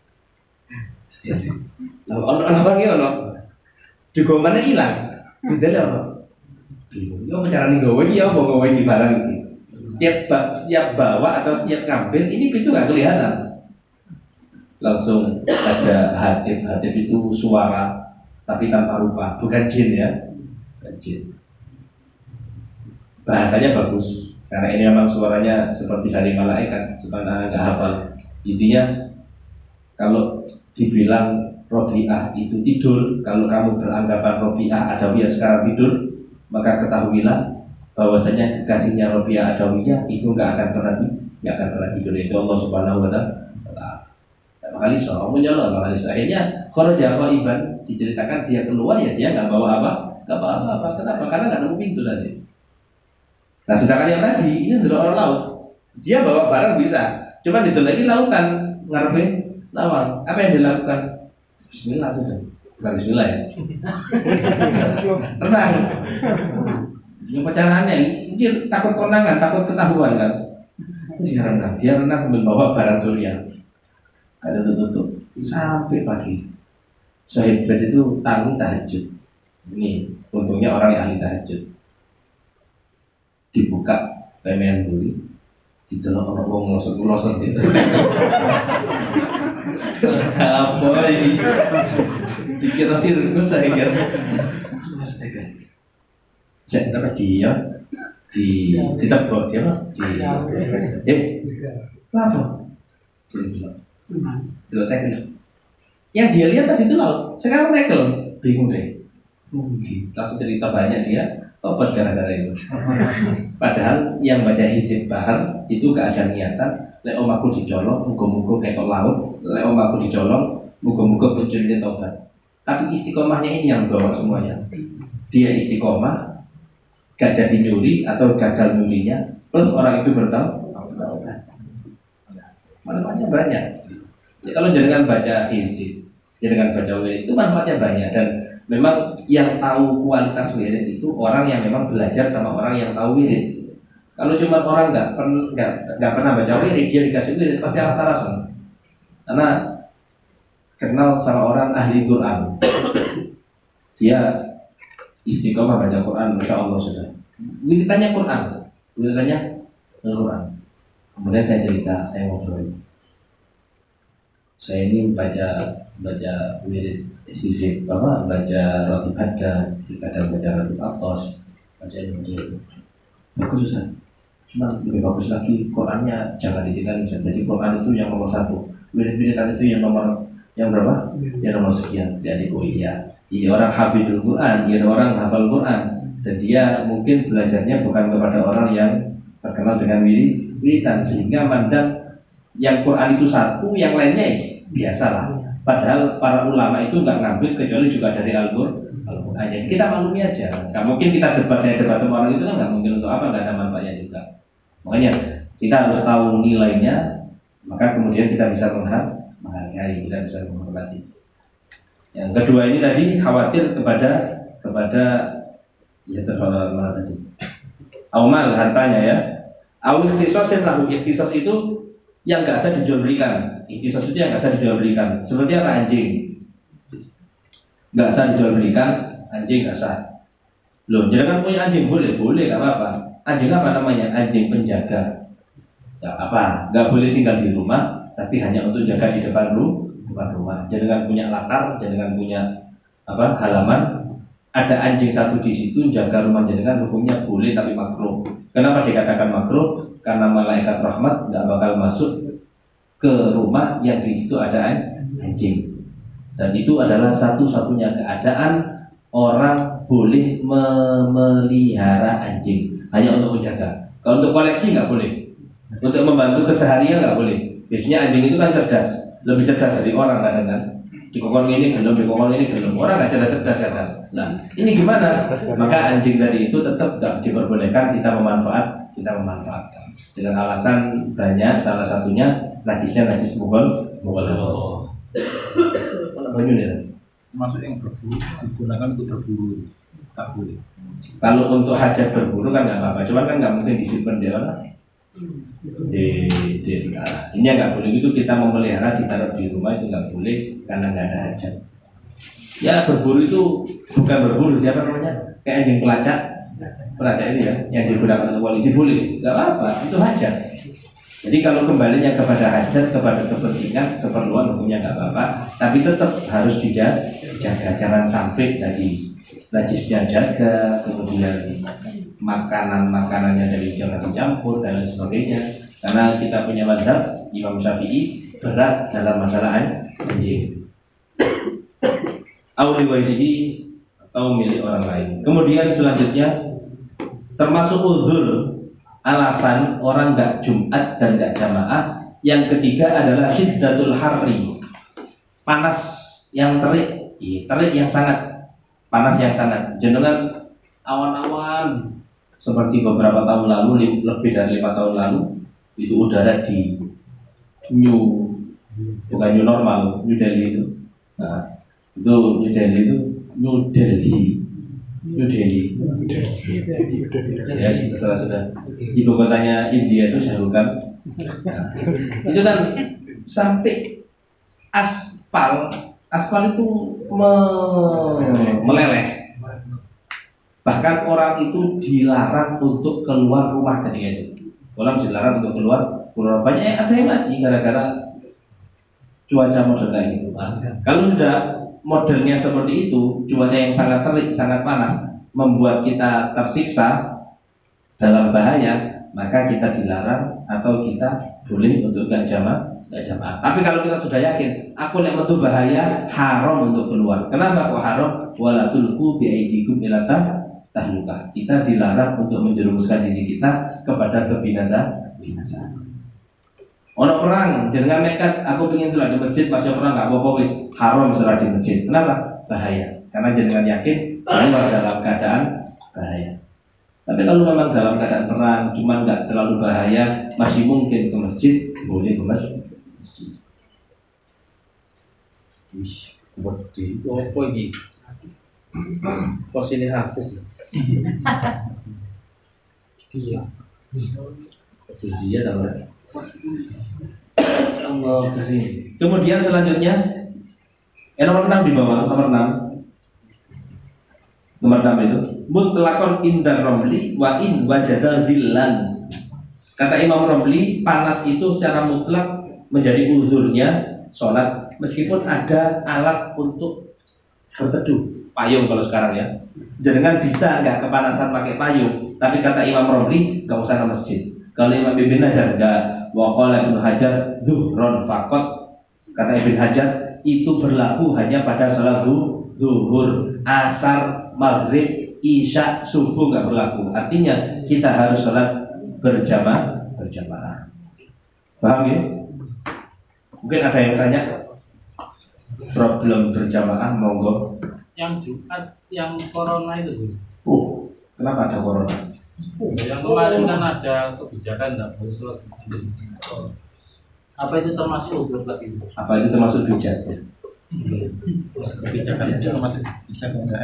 Speaker 3: Lawan lawangnya ono, dibawa mana hilang, didelok ono. Bingung, yo carane nggawe iki ya apa nggawe di barang iki. Setiap setiap bawa atau setiap ngambil ini pintu nggak kelihatan. Langsung ada hatif, hatif itu suara tapi tanpa rupa, bukan jin ya, bukan jin. Bahasanya bagus, karena ini memang suaranya seperti dari malaikat, sebenarnya nggak hafal. Intinya kalau dibilang Robiah itu tidur, kalau kamu beranggapan Robiah Adawiyah sekarang tidur, maka ketahuilah bahwasanya kekasihnya Robiah Adawiyah itu nggak akan pernah nggak akan pernah tidur. Itu Allah Subhanahu Wa Taala. Makali soal menyala, makali akhirnya kharaja khaiban, diceritakan dia keluar ya dia nggak bawa apa, nggak bawa apa, kenapa? Karena nggak nemu pintu tadi. Nah sedangkan yang tadi ini adalah orang laut, dia bawa barang bisa, cuma itu lagi lautan ngarepin lawang. Apa yang dilakukan? Bismillah sudah, bukan Bismillah ya. Tenang. Yang pacarannya dia takut konangan, takut ketahuan kan. Dia renang, dia renang sambil bawa barang curian. Ada tutup sampai pagi. Sahabat itu tanggung tahajud. Ini untungnya orang yang ahli tahajud. Dibuka pemen buli, ditelok orang wong ngosot-ngosot itu. Apa ini? Dikira sirkus saya kira. Saya apa dia di ditebak dia apa? Di eh apa? Di teknik. Yang dia lihat tadi itu laut, sekarang tackle, bingung deh. Langsung cerita banyak dia, tobat gara-gara itu. Padahal yang baca hizib bahar itu gak ada niatan. Lek om aku dicolong, mugo-mugo ketok laut. Lek om aku dicolong, mugo-mugo pencurinya tobat. Tapi istiqomahnya ini yang bawa semuanya. Dia istiqomah, gak jadi nyuri atau gagal nyurinya, plus orang itu bertaubat. Manfaatnya banyak. Ya, kalau jangan baca hizib, jangan baca wirid itu manfaatnya banyak, dan memang yang tahu kualitas wirid itu orang yang memang belajar sama orang yang tahu wirid. Kalau cuma orang nggak pernah nggak pernah baca wirid, dia dikasih wirid pasti alas-alasan. Karena kenal sama orang ahli Quran, dia istiqomah baca Quran, masya Allah sudah. Wiridannya Quran, wiridannya Quran. Kemudian saya cerita, saya ngobrol. Saya ini baca baca wirid hizib, apa baca roti hada, kadang baca roti atos, baca ini bagus susah. Cuma lebih bagus lagi Qurannya jangan ditinggalin. Jadi Quran itu yang nomor satu, wirid-wiridan itu yang nomor yang berapa? Yang nomor sekian. Jadi oh iya, ini orang hafidul Quran, dia orang hafal Quran, dan dia mungkin belajarnya bukan kepada orang yang terkenal dengan wirid wiridan, sehingga mandang yang Quran itu satu, yang lainnya biasalah. Padahal para ulama itu nggak ngambil kecuali juga dari Al-Quran. Al Jadi kita maklumi aja. Nggak mungkin kita debat, saya debat sama orang itu kan nggak mungkin, untuk apa, nggak ada manfaatnya juga. Makanya kita harus tahu nilainya, maka kemudian kita bisa menghargai, kita bisa menghormati. Yang kedua ini tadi khawatir kepada kepada ya terhadap mana tadi? Aumal hartanya ya. Awil ikhtisos yang lahu, ikhtisos itu yang nggak bisa dijual belikan. Ikhtisos itu yang nggak bisa dijual belikan. Seperti apa? Anjing nggak bisa dijual belikan, anjing nggak sah. Loh, jangan punya anjing, boleh, boleh, nggak apa-apa. Anjing apa namanya? Anjing penjaga. Nggak apa, nggak boleh tinggal di rumah, tapi hanya untuk jaga di depan rumah. Depan rumah. Jangan punya latar, jangan punya apa halaman. Ada anjing satu di situ jaga rumah jenengan, hukumnya boleh tapi makruh. Kenapa dikatakan makruh? Karena malaikat rahmat nggak bakal masuk ke rumah yang di situ ada anjing. Dan itu adalah satu-satunya keadaan orang boleh memelihara anjing, hanya untuk menjaga. Kalau untuk koleksi nggak boleh, untuk membantu keseharian nggak boleh. Biasanya anjing itu kan cerdas, lebih cerdas dari orang kadang kan. Di kokon ini gelom, di kokon ini gelom. Orang nggak cerdas-cerdas kadang. Nah, ini gimana? Maka anjing tadi itu tetap nggak diperbolehkan kita memanfaat, kita memanfaatkan dengan alasan banyak. Salah satunya najisnya najis mukul, mukul. Mana banyu nih?
Speaker 5: Termasuk yang berburu digunakan untuk berburu, tak boleh.
Speaker 3: Kalau untuk hajat berburu kan nggak apa-apa, cuman kan nggak mungkin disimpan di mana? Di, di nah, ini yang nggak boleh itu kita memelihara ditaruh di rumah itu nggak boleh karena nggak ada hajat. Ya berburu itu bukan berburu siapa namanya? Kayak anjing pelacak, pelacak ini ya, yang digunakan untuk polisi boleh, nggak apa-apa, itu hajat. Jadi kalau kembalinya kepada hajat, kepada kepentingan, keperluan hukumnya nggak apa-apa, tapi tetap harus dijaga, jangan sampai tadi najisnya jaga, kemudian makanan-makanannya dari jangan dicampur dan lain sebagainya. Karena kita punya mazhab Imam Syafi'i berat dalam masalah anjing. Auli wailihi atau milik orang lain. Kemudian selanjutnya termasuk uzur alasan orang nggak Jumat dan nggak jamaah. Yang ketiga adalah syiddatul harri, panas yang terik, terik yang sangat, panas yang sangat. Jenengan awan-awan seperti beberapa tahun lalu, lebih dari lima tahun lalu, itu udara di New, bukan New Normal, New Delhi itu. Nah, itu New Delhi itu New Delhi, New Delhi. Ya, setelah sudah ibu kotanya India itu Shahrukh. Nah, itu kan sampai aspal, aspal itu me meleleh. Bahkan orang itu dilarang untuk keluar rumah ketika itu. Orang dilarang untuk keluar, keluar banyak ada yang mati gara-gara cuaca model kayak gitu. Nah, kalau sudah modelnya seperti itu, cuaca yang sangat terik, sangat panas, membuat kita tersiksa dalam bahaya, maka kita dilarang atau kita boleh untuk gak jamaah, gak jamaah. Tapi kalau kita sudah yakin, aku lihat itu bahaya, haram untuk keluar. Kenapa kok haram? Wala tulqu biaidikum ila tahluka. Kita dilarang untuk menjerumuskan diri kita kepada kebinasaan. Binasaan. Ono perang, jangan nekat. Aku ingin sholat di masjid, pas perang nggak apa-apa wis haram sholat di masjid. Kenapa? Bahaya. Karena jangan yakin keluar dalam keadaan bahaya. Tapi kalau memang dalam keadaan perang, cuma nggak terlalu bahaya, masih mungkin ke masjid, boleh ke masjid. Wish, wedi. Apa ini? Posisi Hafiz. Iya. Dia namanya. Allah karim. Kemudian selanjutnya, eh, nomor enam di bawah, nomor enam. Nomor enam itu mutlaqon indar romli wa in wajada dhillan. Kata Imam Romli, panas itu secara mutlak menjadi uzurnya sholat meskipun ada alat untuk berteduh, payung kalau sekarang ya. Jangan bisa nggak kepanasan pakai payung, tapi kata Imam Romli nggak usah ke masjid. Kalau Imam Ibn Hajar nggak, waqala Ibn Hajar zuhron fakot, kata Ibn Hajar itu berlaku hanya pada sholat zuhur, asar, maghrib, isya, subuh nggak berlaku. Artinya kita harus sholat berjamaah, berjamaah. Paham ya? Mungkin ada yang tanya problem berjamaah, monggo.
Speaker 4: Yang Jumat, yang corona itu.
Speaker 3: Uh, kenapa ada corona?
Speaker 4: Uh, yang kemarin kan ada kebijakan nggak boleh sholat Jumat. Apa itu termasuk uzur lagi?
Speaker 3: Apa itu termasuk bijak? Ya?
Speaker 4: Kebijakan itu termasuk bijak enggak?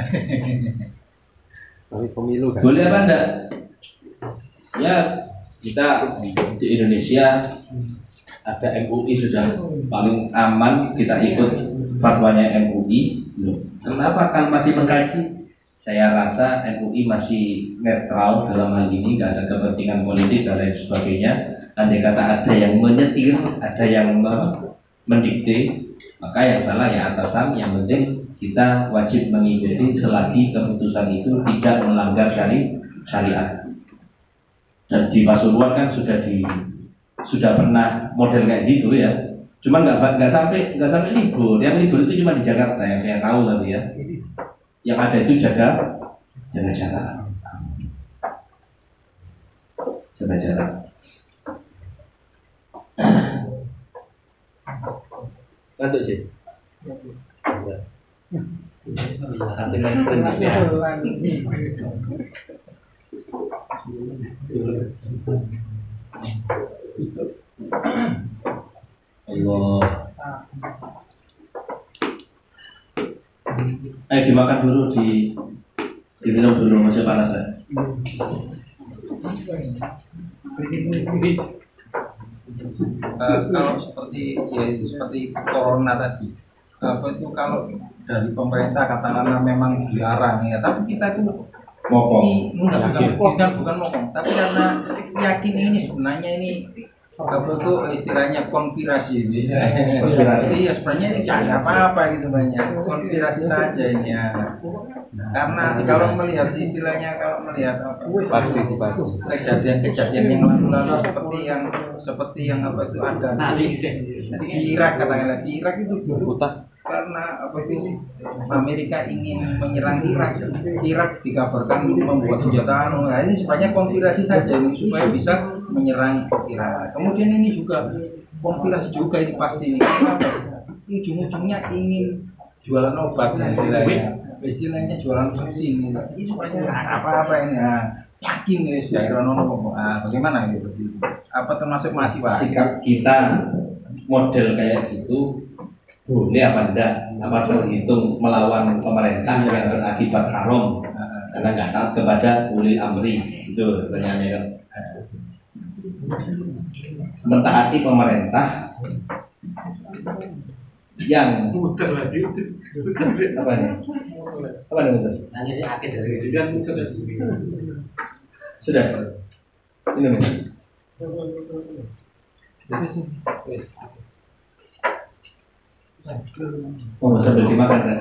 Speaker 2: Tapi pemilu kan.
Speaker 3: Boleh apa enggak? Ya, kita di Indonesia ada M U I sudah paling aman, kita ikut fatwanya M U I. Loh, kenapa kan masih mengkaji? Saya rasa M U I masih netral dalam hal ini, nggak ada kepentingan politik dan lain sebagainya. Andai kata ada yang menyetir, ada yang mendikte, maka yang salah ya atasan. Yang penting kita wajib mengikuti selagi keputusan itu tidak melanggar syari syariat. Dan di Pasuruan kan sudah di sudah pernah model kayak gitu ya. Cuman nggak nggak sampai nggak sampai libur. Yang libur itu cuma di Jakarta yang saya tahu tadi ya. Yang ada itu jaga jaga jarak. Jaga jarak. Lanjut sih. Nanti mainstream ya. Allah. Yang dimakan dulu, di diminum dulu, masih panas kan?
Speaker 5: Uh, kalau seperti ya itu seperti corona tadi, apa itu kalau dari pemerintah katakanlah memang dilarang ya, tapi kita itu
Speaker 3: Mokong.
Speaker 5: ini enggak bukan, bukan bukan mokong, tapi karena yakin ini sebenarnya ini apa itu istilahnya konspirasi, istilahnya
Speaker 3: Konspirasi.
Speaker 5: iya sebenarnya ini tidak ada apa-apa gitu banyak konspirasi saja ini ya. Karena kalau melihat istilahnya kalau melihat apa kejadian-kejadian yang lalu-lalu seperti yang seperti yang apa itu ada di, di Irak katakanlah di Irak itu karena apa itu sih Amerika ingin menyerang Irak, Irak dikabarkan membuat senjata anu. Nah ini sebenarnya konspirasi saja ini supaya bisa menyerang Irak. Kemudian ini juga konspirasi juga ini pasti ini apa? Ujung-ujungnya ingin jualan obat ya, istilahnya, istilahnya jualan vaksin. Ini sebenarnya apa-apa ini? Nah, yakin nih daerah nono ah, bagaimana gitu? Apa termasuk masih pak?
Speaker 3: Sikap kita model kayak gitu boleh apa enggak? Apa terhitung melawan pemerintah yang berakibat haram karena nggak taat kepada ulil amri? Itu pertanyaannya kan. Mentaati pemerintah yang
Speaker 4: Muter lagi.
Speaker 3: apa nih? Apa nih betul?
Speaker 2: Nanti sih akhir dari itu.
Speaker 4: Sudah sudah
Speaker 3: Sudah. Ini nih. Oh, sambil dimakan kan?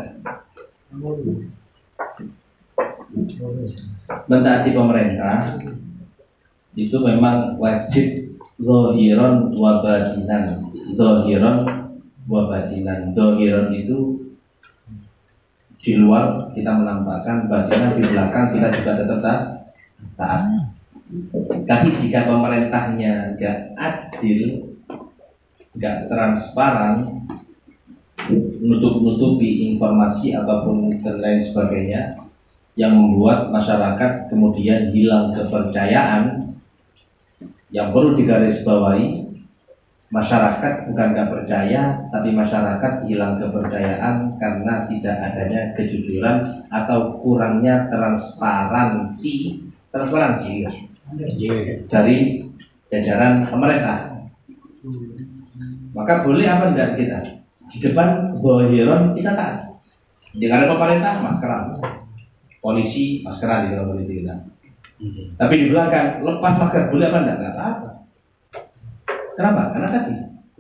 Speaker 3: Mentaati pemerintah itu memang wajib zahiran wa batinan. Zahiran wa batinan. Zahiran itu di luar kita menampakkan, batinan di belakang kita juga tetap taat. Tapi jika pemerintahnya enggak adil, enggak transparan, menutup-nutupi informasi ataupun dan lain sebagainya yang membuat masyarakat kemudian hilang kepercayaan, yang perlu digarisbawahi, masyarakat bukan nggak percaya, tapi masyarakat hilang kepercayaan karena tidak adanya kejujuran atau kurangnya transparansi transparansi dari jajaran pemerintah. Maka boleh apa enggak kita di depan zahiran kita taat. Dengan pemerintah maskeran, polisi maskeran di dalam polisi kita. Tapi di belakang lepas masker boleh apa enggak? Enggak apa-apa. Kenapa? Karena tadi.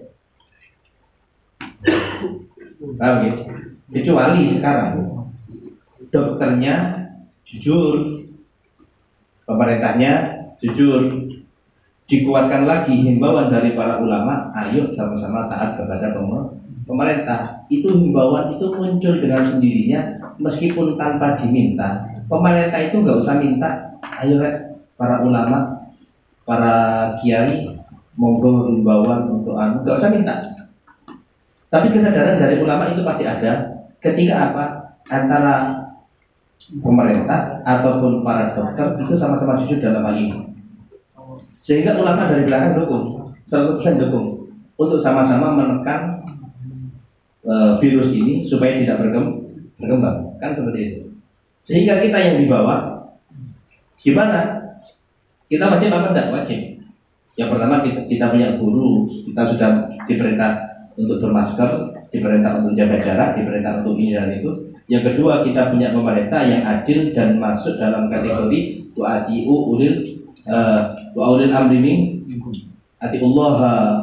Speaker 3: Paham ya? Kecuali sekarang dokternya jujur, pemerintahnya jujur, dikuatkan lagi himbauan dari para ulama, ayo sama-sama taat kepada pemerintah. Itu himbauan itu muncul dengan sendirinya meskipun tanpa diminta. Pemerintah itu nggak usah minta, ayo rek, para ulama, para kiai, monggo himbauan untuk anu, nggak usah minta. Tapi kesadaran dari ulama itu pasti ada. Ketika apa? Antara pemerintah ataupun para dokter itu sama-sama jujur dalam hal ini. Sehingga ulama dari belakang dukung, seratus persen dukung untuk sama-sama menekan e, virus ini supaya tidak berkembang, kan seperti itu. Sehingga kita yang di bawah, gimana? Kita wajib apa enggak? Wajib. Yang pertama kita, kita punya guru, kita sudah diperintah untuk bermasker, diperintah untuk jaga jarak, diperintah untuk ini dan itu. Yang kedua kita punya pemerintah yang adil dan masuk dalam kategori wa'ati'u ulil wa ulil amri minkum, atiullah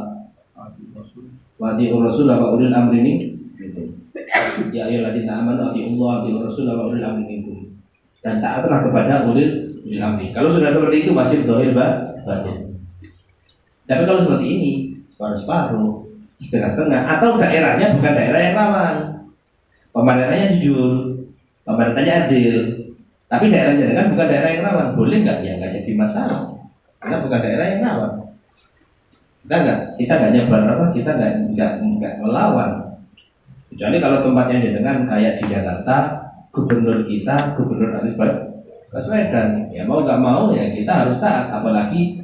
Speaker 3: wa atiur rasul wa ulil amri minkum. Ya ayyuhalladzina amanu atiullah wa atiur rasul wa ulil amri minkum. Dan taatlah kepada ulil ulil amri. Kalau sudah seperti itu wajib zahir batin. Tapi kalau seperti ini separuh-separuh, setengah-setengah, atau daerahnya bukan daerah yang rawan, pemerintahnya jujur, pemerintahnya adil, tapi daerahnya kan bukan daerah yang rawan, boleh nggak? Ya nggak jadi masalah. Kita bukan daerah yang rawan. Kita nggak, kita nggak nyebar apa, kita nggak nggak nggak melawan. Kecuali kalau tempatnya dengan kayak di Jakarta, gubernur kita, gubernur Anies Baswedan, ya mau nggak mau ya kita harus taat. Apalagi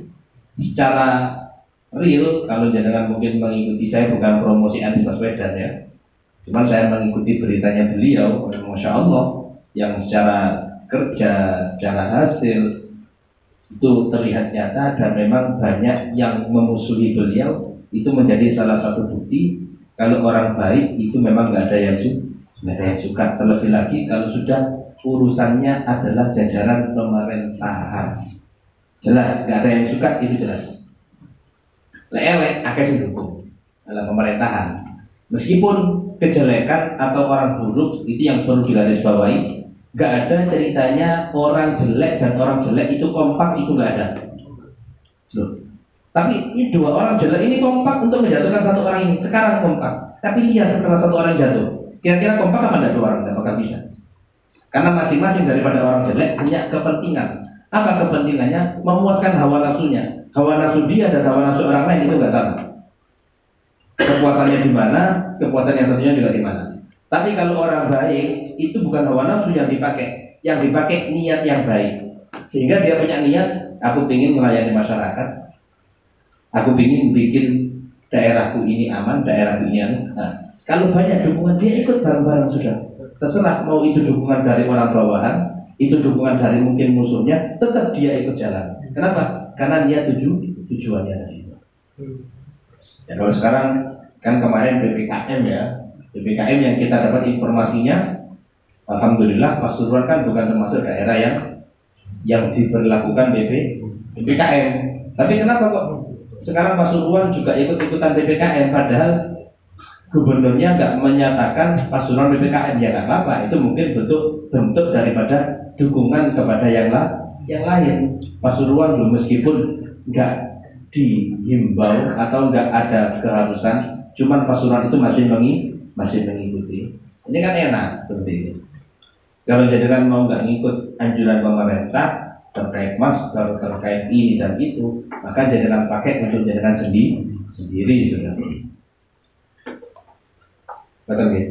Speaker 3: secara real, kalau jangan mungkin mengikuti saya bukan promosi Anies Baswedan ya. Cuman saya mengikuti beritanya beliau, masya Allah, yang secara kerja, secara hasil itu terlihat nyata dan memang banyak yang memusuhi beliau. Itu menjadi salah satu bukti kalau orang baik itu memang nggak ada yang suka, nggak ada yang suka. Terlebih lagi kalau sudah urusannya adalah jajaran pemerintahan, jelas nggak ada yang suka, itu jelas. Lelek akhirnya sing dukung dalam pemerintahan. Meskipun kejelekan atau orang buruk itu yang perlu digarisbawahi, nggak ada ceritanya orang jelek dan orang jelek itu kompak, itu nggak ada. Loh. Tapi ini dua orang jelek ini kompak untuk menjatuhkan satu orang ini. Sekarang kompak, tapi lihat setelah satu orang jatuh, kira-kira kompak apa enggak dua orang? Tidak bakal bisa. Karena masing-masing daripada orang jelek punya kepentingan. Apa kepentingannya? Memuaskan hawa nafsunya. Hawa nafsu dia dan hawa nafsu orang lain itu nggak sama. Kepuasannya di mana, kepuasan yang satunya juga di mana. Tapi kalau orang baik itu bukan hawa nafsu yang dipakai, yang dipakai niat yang baik. Sehingga dia punya niat, aku ingin melayani masyarakat, aku ingin bikin daerahku ini aman, daerahku ini aman. Nah, kalau banyak dukungan dia ikut bareng-bareng sudah. Terserah mau itu dukungan dari orang bawahan, itu dukungan dari mungkin musuhnya, tetap dia ikut jalan. Kenapa? Karena dia tuju tujuannya tadi. Ya kalau sekarang kan kemarin B P K M ya, B P K M yang kita dapat informasinya, alhamdulillah Pasuruan kan bukan termasuk daerah yang yang diberlakukan B P K M. Tapi kenapa kok sekarang Pasuruan juga ikut-ikutan B P K M padahal gubernurnya nggak menyatakan Pasuruan B P K M? Ya nggak apa-apa, itu mungkin bentuk bentuk daripada dukungan kepada yang la, yang lain. Pasuruan belum, meskipun nggak dihimbau atau nggak ada keharusan, cuman Pasuruan itu masih mengi, masih mengikuti. Ini kan enak seperti ini. Kalau jadikan mau nggak ngikut anjuran pemerintah terkait masker, terkait ini dan itu, maka jadikan pakai untuk jadikan sendiri, sendiri sudah. Betul gitu.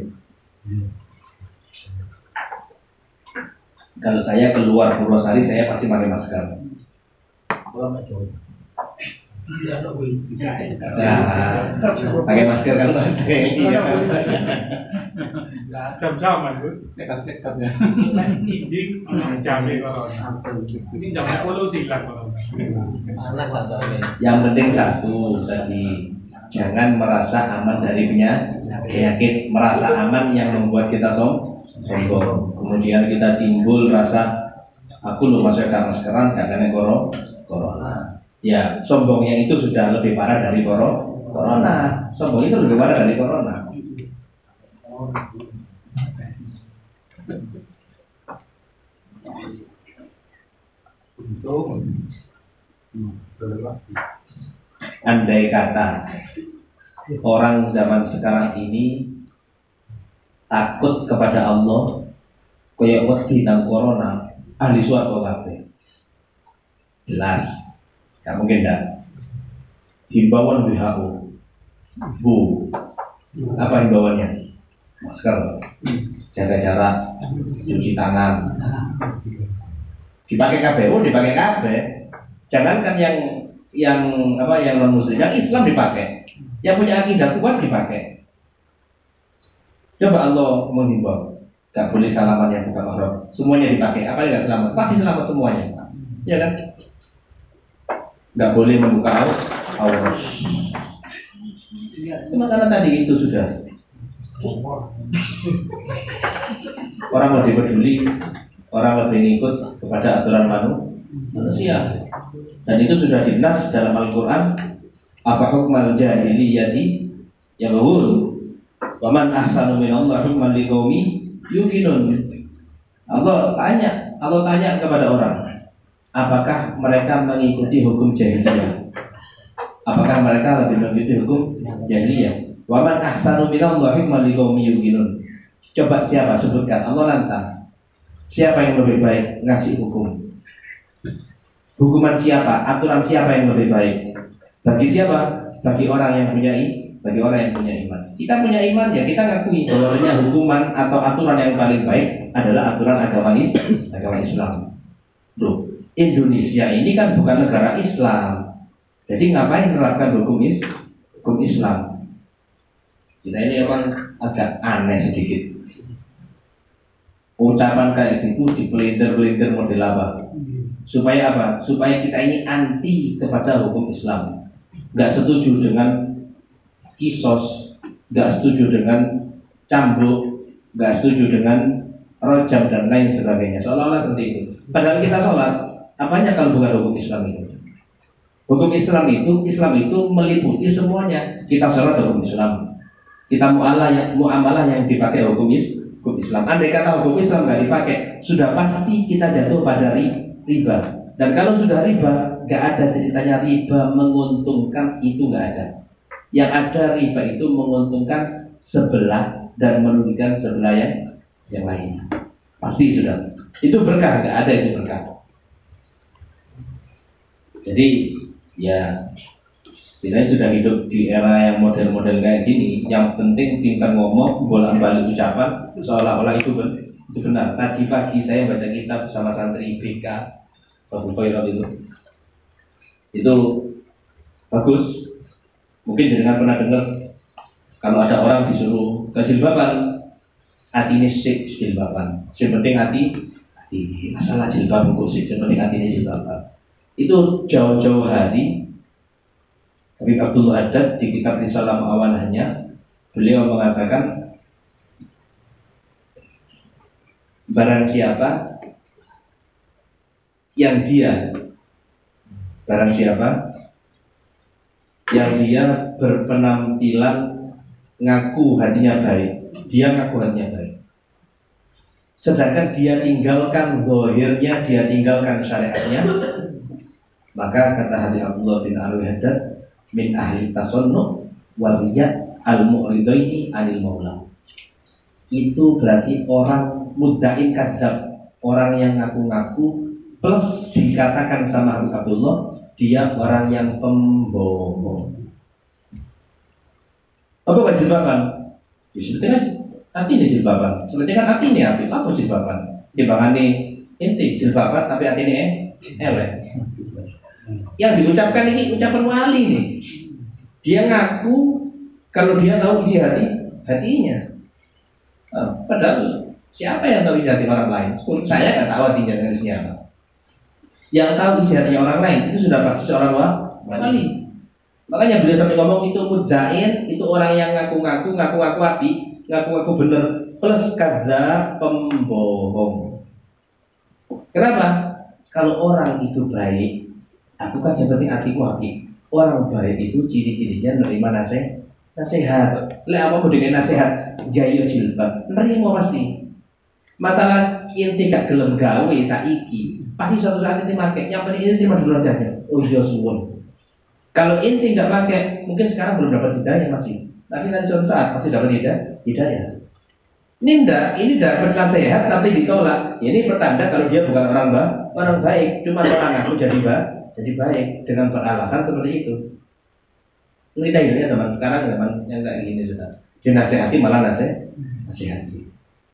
Speaker 3: Kalau saya keluar Purwosari saya pasti pakai masker. Nah, pakai masker kalau ada ini ya.
Speaker 4: Jam-jaman tuh.
Speaker 5: Cekat-cekatnya.
Speaker 4: Injing jamnya corona. Ini jamnya polusi lah corona.
Speaker 2: Panas atau ini?
Speaker 3: Yang penting satu tadi, jangan merasa aman dari penyakit, merasa aman yang membuat kita som sombong. Kemudian kita timbul rasa aku lu masuk ke maskeran gak kena corona. Ya, sombongnya itu sudah lebih parah dari corona. Sombong itu lebih parah dari corona. Andai kata orang zaman sekarang ini takut kepada Allah, koyok wedi nang corona, ahli swarga kabeh. Jelas, nggak mungkin dah. Himbauan W H O, Bu, apa himbauannya? Masker, jaga jarak, cuci tangan, dipakai K B U, dipakai K B. Jangankan yang yang apa yang non muslim, yang Islam dipakai, yang punya akidah kuat dipakai. Coba Allah menghimbau, gak boleh salaman yang bukan mahram, semuanya dipakai. Apa yang gak selamat? Pasti selamat semuanya, ya kan? Gak boleh membuka aurat. Cuma karena tadi itu sudah orang lebih peduli, orang lebih ngikut kepada aturan manusia, dan itu sudah dinas dalam Al-Quran. Afa hukmal jahiliyati yabghun wa man ahsanu minallahi hukman liqaumi yuqinun. Allah tanya, Allah tanya kepada orang, apakah mereka mengikuti hukum jahiliyah? Apakah mereka lebih mengikuti hukum jahiliyah? Wa man ahsanu minallahi hukman liqaumi yuqinun. Coba siapa, sebutkan, Allah nantang. Siapa yang lebih baik ngasih hukum? Hukuman siapa? Aturan siapa yang lebih baik? Bagi siapa? Bagi orang yang punya bagi orang yang punya iman. Kita punya iman ya, kita ngakui bahwasanya hukuman atau aturan yang paling baik adalah aturan agama Islam. Agama Islam. Loh, Indonesia ini kan bukan negara Islam. Jadi ngapain menerapkan hukum is hukum Islam? Kita ini memang agak aneh sedikit. Ucapan kayak gitu dipelintir-pelintir model apa? Supaya apa? Supaya kita ini anti kepada hukum Islam, nggak setuju dengan kisos, nggak setuju dengan cambuk, nggak setuju dengan rojam dan lain sebagainya. Seolah-olah seperti itu. Padahal kita sholat, apanya kalau bukan hukum Islam itu? Hukum Islam itu, Islam itu meliputi semuanya. Kita sholat hukum Islam, kita muamalah yang muamalah yang dipakai hukum Islam. Andai kata hukum Islam nggak dipakai, sudah pasti kita jatuh pada riba. Dan kalau sudah riba, nggak ada ceritanya riba menguntungkan, itu nggak ada. Yang ada riba itu menguntungkan sebelah dan merugikan sebelah yang yang lainnya. Pasti sudah. Itu berkah, nggak ada itu berkah. Jadi ya, kita sudah hidup di era yang model-model kayak gini. Yang penting pintar ngomong, bolak-balik ucapan, seolah-olah itu itu benar. Tadi pagi saya baca kitab bersama santri B K Bapak Khairul itu, itu bagus. Mungkin jenengan pernah dengar kalau ada orang disuruh kejilbaban, hati ini sik jilbaban. Yang penting hati, hati masalah jilbab sik, yang penting hati ini jilbaban. Itu jauh-jauh hari Habib Abdul Haddad di kitab Risalah Mu'awanahnya, beliau mengatakan barang siapa yang dia barang siapa yang dia berpenampilan ngaku hatinya baik, dia ngaku hatinya baik, sedangkan dia tinggalkan zahirnya, dia tinggalkan syariatnya, maka kata Habib Abdullah bin Al-Haddad, min ahli tasannu wal riya al-mu'ridaini anil maula. Itu berarti orang muddain kadzab, orang yang ngaku-ngaku plus dikatakan sama Habib Abdullah, dia orang yang pembohong. Apa wajib jilbaban? Sebetulnya hati ini jilbaban. Sebetulnya kan hati ini apa? Apa jilbaban? Jilbaban ini inti jilbaban, tapi hati ini eh elek. Yang diucapkan ini ucapan wali nih. Dia ngaku kalau dia tahu isi hati hatinya. Oh, padahal siapa yang tahu isi hati orang lain? Saya nggak tahu hatinya dengan siapa. Yang tahu isi hatinya orang lain itu sudah pasti seorang wali. Makanya beliau sampai ngomong itu mudzain, itu orang yang ngaku-ngaku, ngaku-ngaku hati, ngaku-ngaku bener, plus kadzab, pembohong. Kenapa? Kalau orang itu baik, aku kan seperti hatiku hati. Orang baik itu ciri-cirinya menerima nasihat. Nasihat. Lek apa mau dengan nasihat? Jayo jilbab. Nerima pasti. Masalah inti gak gelem gawe saiki. Pasti suatu saat inti make. Yang penting ini terima dulu nasihatnya. Oh iya suwun. Kalau inti nggak pakai, mungkin sekarang belum dapat hidayah masih. Tapi nanti suatu saat pasti dapat hidayah. Ini enggak, ini dapat nasihat tapi ditolak. Ini pertanda kalau dia bukan orang baik, orang baik. Cuma orang aku jadi baik. Jadi baik dengan beralasan seperti itu. Ini kita hidupnya zaman sekarang, zaman yang kayak gini sudah. Dinasehati malah nasihat, nasihati.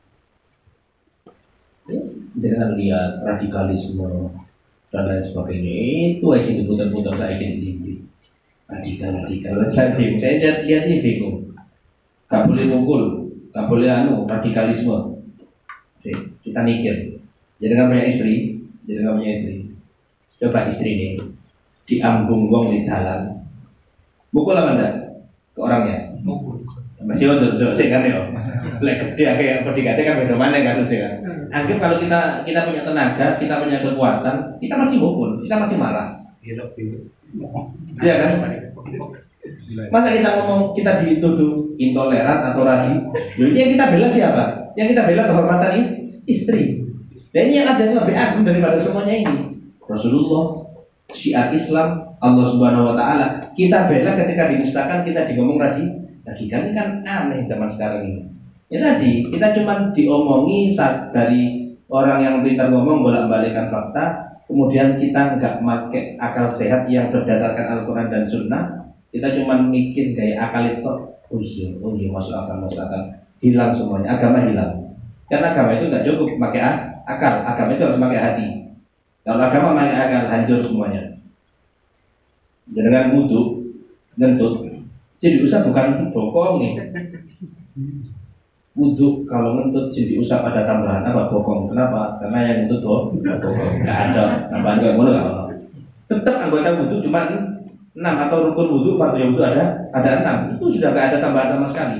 Speaker 3: Jangan lihat radikalisme dan lain sebagainya. Itu aja diputar-putar saya ingin di radikal-radikal. Saya bingung. Saya lihat, lihat ini bingung. Gak boleh mukul, gak boleh anu radikalisme. Kita mikir. Jadi nggak punya istri, jadi nggak punya istri. Coba istri ini diambung wong di dalam, mukul apa enggak ke orangnya? Mukul. Masih untuk untuk sih kan ya. Lek gede kayak berdikate kan beda mana kasusnya kan. Anggap kalau kita kita punya tenaga, kita punya kekuatan, kita masih mukul, kita masih marah. Iya kan? Masa kita ngomong kita dituduh intoleran atau radi? Jadi yang kita bela siapa? Yang kita bela kehormatan istri. Dan ini yang ada yang lebih agung daripada semuanya ini. Rasulullah, syiar Islam, Allah Subhanahu wa taala. Kita bela ketika dinistakan, kita digomong radi. Tadi kan kan aneh zaman sekarang ini. Ya tadi kita cuma diomongi saat dari orang yang pintar ngomong bolak-balikan fakta, kemudian kita nggak pakai akal sehat yang berdasarkan Al-Quran dan Sunnah. Kita cuma mikir gaya akal itu, oh iya, oh iya masuk akal, masuk akal, hilang semuanya, agama hilang. Karena agama itu nggak cukup pakai akal, agama itu harus pakai hati. Kalau agama pakai akal hancur semuanya. Dengan wudhu, ngentut, jadi usah bukan bokong nih. Wudhu kalau ngentut jadi usap ada tambahan apa bokong. Kenapa? Karena yang ngentut bokong nggak ada tambahan kayak ngono nggak ada. Tetap anggota wudhu cuma enam atau rukun wudhu fardu wudhu ada ada enam, itu sudah nggak ada tambahan sama sekali.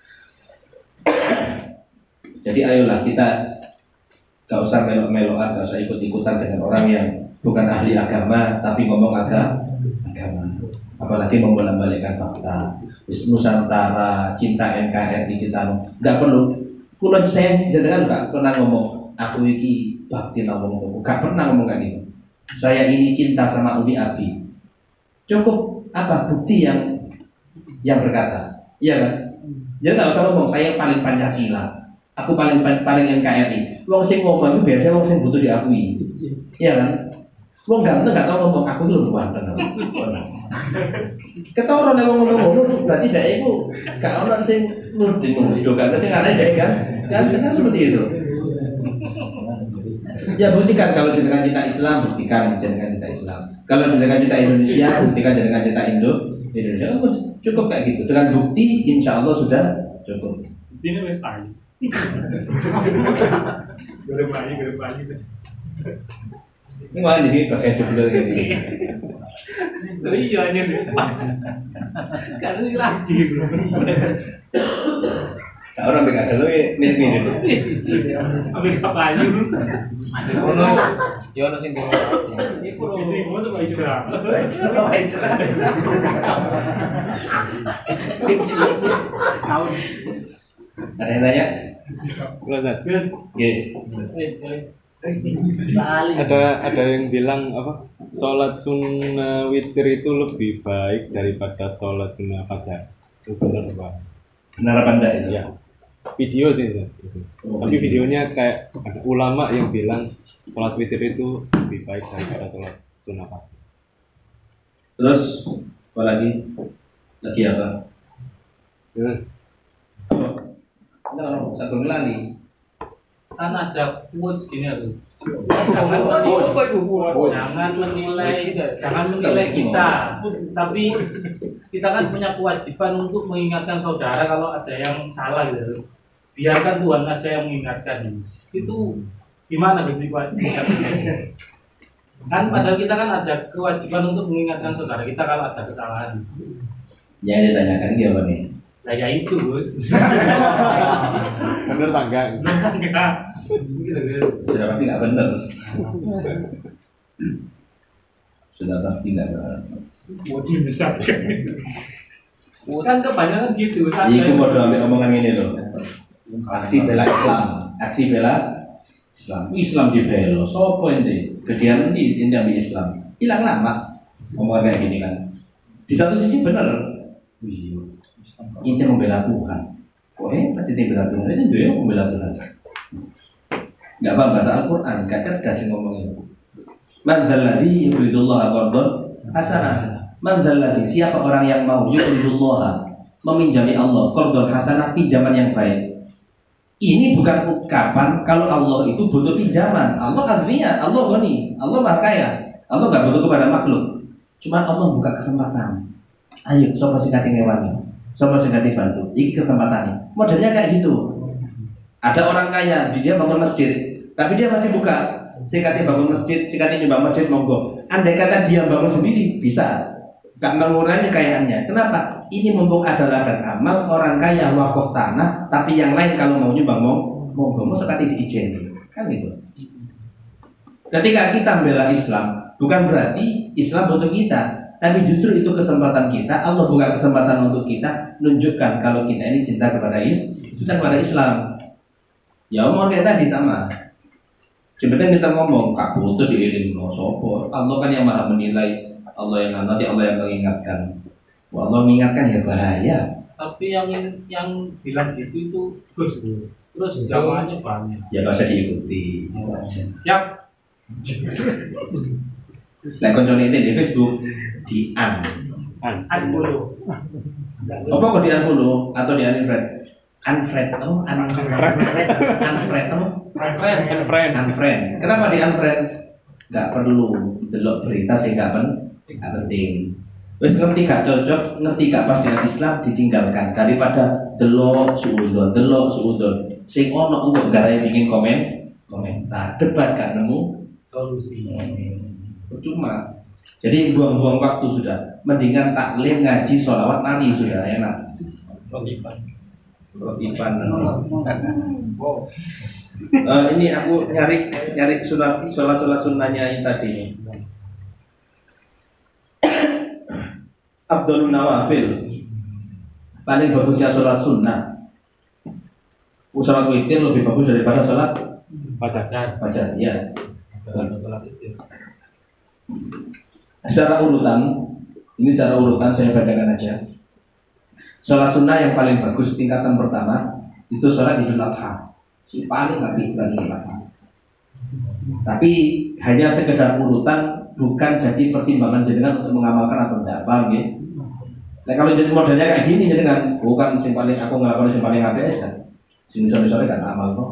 Speaker 3: Jadi ayolah kita nggak usah melok-melokan, nggak usah ikut-ikutan dengan orang yang bukan ahli agama tapi ngomong agama agama, apalagi membolak-balikkan fakta. Nusantara, cinta N K R I, cinta nggak perlu. Kulo saya jenengan nggak pernah ngomong aku iki bakti ngomong tuh, nggak pernah ngomong kayak gitu. Saya ini cinta sama Umi Abi. Cukup apa bukti yang yang berkata, iya kan? Jadi nggak usah ngomong saya paling Pancasila, aku paling paling N K R I. Wong sing ngomong itu biasanya wong sing butuh diakui, iya kan? Wong ganteng nggak tahu ngomong aku itu ganteng. Ketara nek wong ngomong berarti dhek iku gak ono sing nuding ndudokan sing arep dhek kan. Kan kan seperti itu. Ya buktikan kalau dengan cinta Islam, buktikan dengan cinta Islam. Kalau dengan cinta Indonesia, buktikan dengan cinta Indo Indonesia. Cukup kayak gitu. Dengan bukti insya Allah sudah cukup.
Speaker 4: Ini wis tahu. Goreng lagi, goreng lagi.
Speaker 3: Ini malah di sini pakai judul ini.
Speaker 4: Oh iya ini pas. Kan ini lagi.
Speaker 3: Nah, orang bekas dulu mirip-mirip.
Speaker 4: Ambil apa aja?
Speaker 2: Ono yo ono sing ngono.
Speaker 4: Ini puro ini mau coba istirahat.
Speaker 3: Ada yang tanya?
Speaker 2: Terus
Speaker 3: Oke.
Speaker 2: ada ada yang bilang apa? Sholat sunnah witir itu lebih baik daripada sholat sunnah fajar. Itu benar Pak?
Speaker 3: Benar apa enggak itu?
Speaker 2: Ya. Video sih itu.
Speaker 3: Oh,
Speaker 2: Tapi
Speaker 3: video.
Speaker 2: videonya kayak ada ulama yang bilang sholat witir itu lebih baik daripada sholat sunnah fajar.
Speaker 3: Terus apa lagi? Lagi apa?
Speaker 2: Ya.
Speaker 3: Enggak ono satu lagi.
Speaker 4: Kan ada quotes gini harus. Jangan menilai, jangan menilai, jangan menilai kita. Tapi kita kan punya kewajiban untuk mengingatkan saudara kalau ada yang salah gitu. Biarkan Tuhan aja yang mengingatkan. Itu gimana gitu Pak? Kan padahal kita kan ada kewajiban untuk mengingatkan saudara kita kalau ada kesalahan.
Speaker 3: Yang ditanyakan dia apa nih?
Speaker 4: Nah ya itu Gus.
Speaker 2: Bener tangga.
Speaker 4: Enggak.
Speaker 3: Sudah pasti nggak benar. Sudah pasti nggak benar.
Speaker 4: Mau dibesarkan. Kan kebanyakan gitu.
Speaker 3: Iku mau ambil omongan ini loh. Aksi bela Islam, aksi bela Islam. Islam dibela. Sopo ini? Gedean ini ini ambil Islam. Hilang lama. Omongan kayak gini kan. Di satu sisi benar. Iya. Ini membela Tuhan. Kok hebat ini membela Tuhan? Ini dia membela Tuhan. Gak paham bahasa Al-Quran, gak cerdas yang ngomongin. Man dzalladzi yuridullah qardhan hasanah. Man dzalladzi, siapa orang yang mau yuridullah, meminjami Allah qardhan hasanah, pinjaman yang baik. Ini bukan ungkapan kalau Allah itu butuh pinjaman. Allah agniya, Allah ghani, Allah maha kaya. Allah gak butuh kepada makhluk. Cuma Allah buka kesempatan. Ayo, sapa sing kate ngewangi, sapa sing kate bantu. Iki kesempatannya. Modelnya kayak gitu. Ada orang kaya, dia bangun masjid, tapi dia masih buka. Sikatnya bangun masjid, sikatnya nyumbang masjid monggo. Andai kata dia bangun sendiri bisa, gak mengurangi kekayaannya. Kenapa? Ini mumpung ada ladang amal, orang kaya wakaf tanah, tapi yang lain kalau mau nyumbang monggo, mau sekali diizinin, kan gitu. Ketika kita membela Islam, bukan berarti Islam butuh kita, tapi justru itu kesempatan kita. Allah buka kesempatan untuk kita nunjukkan kalau kita ini cinta kepada Islam, cinta kepada Islam. Ya omong kayak tadi sama. Sebenarnya kita ngomong kak butuh diiring no sopo. Allah kan yang maha menilai. Allah yang nanti Allah yang mengingatkan. Wah, Allah mengingatkan ya bahaya.
Speaker 4: Tapi yang yang bilang gitu itu Gus. Terus jamaahnya banyak.
Speaker 3: Ya nggak usah diikuti.
Speaker 4: Siap.
Speaker 3: Nah konconnya ini di Facebook di an.
Speaker 4: An dulu.
Speaker 3: Apa kok di unfollow atau di unfriend? Unfriend, oh, unfriend, unfriend, oh,
Speaker 4: Friend,
Speaker 2: Friend.
Speaker 3: unfriend. Kenapa di unfriend? Gak perlu delok berita sih gak pen, gak penting. Wis ngerti gak cocok, ngerti gak pas dengan Islam ditinggalkan daripada delok suudon, delok suudon. Sing ono untuk garai bikin komen, komentar, debat gak nemu
Speaker 4: Solusi.
Speaker 3: percuma. Jadi buang-buang waktu sudah. Mendingan taklim, ngaji, sholawat, nari sudah enak.
Speaker 4: Rotipan.
Speaker 3: Rotipan. Uh, ini aku nyari nyari sholat sholat sholat sunnahnya yang tadi. Abdul Nawafil paling bagusnya sholat sunnah. Sholat witir lebih bagus daripada sholat
Speaker 2: Fajar.
Speaker 3: fajar. Ya.
Speaker 4: Sholat itu.
Speaker 3: Secara urutan, ini secara urutan saya bacakan aja. Sholat sunnah yang paling bagus tingkatan pertama itu sholat Idul Adha. Si paling api sholat Idul Adha. Tapi hanya sekedar urutan, bukan jadi pertimbangan jenengan untuk mengamalkan atau tidak, paham ya? Nah kalau jadi modelnya kayak gini jenengan, bukan sing paling aku ngelakuin sing paling A B S kan? Sini sore-sore kan amal kok.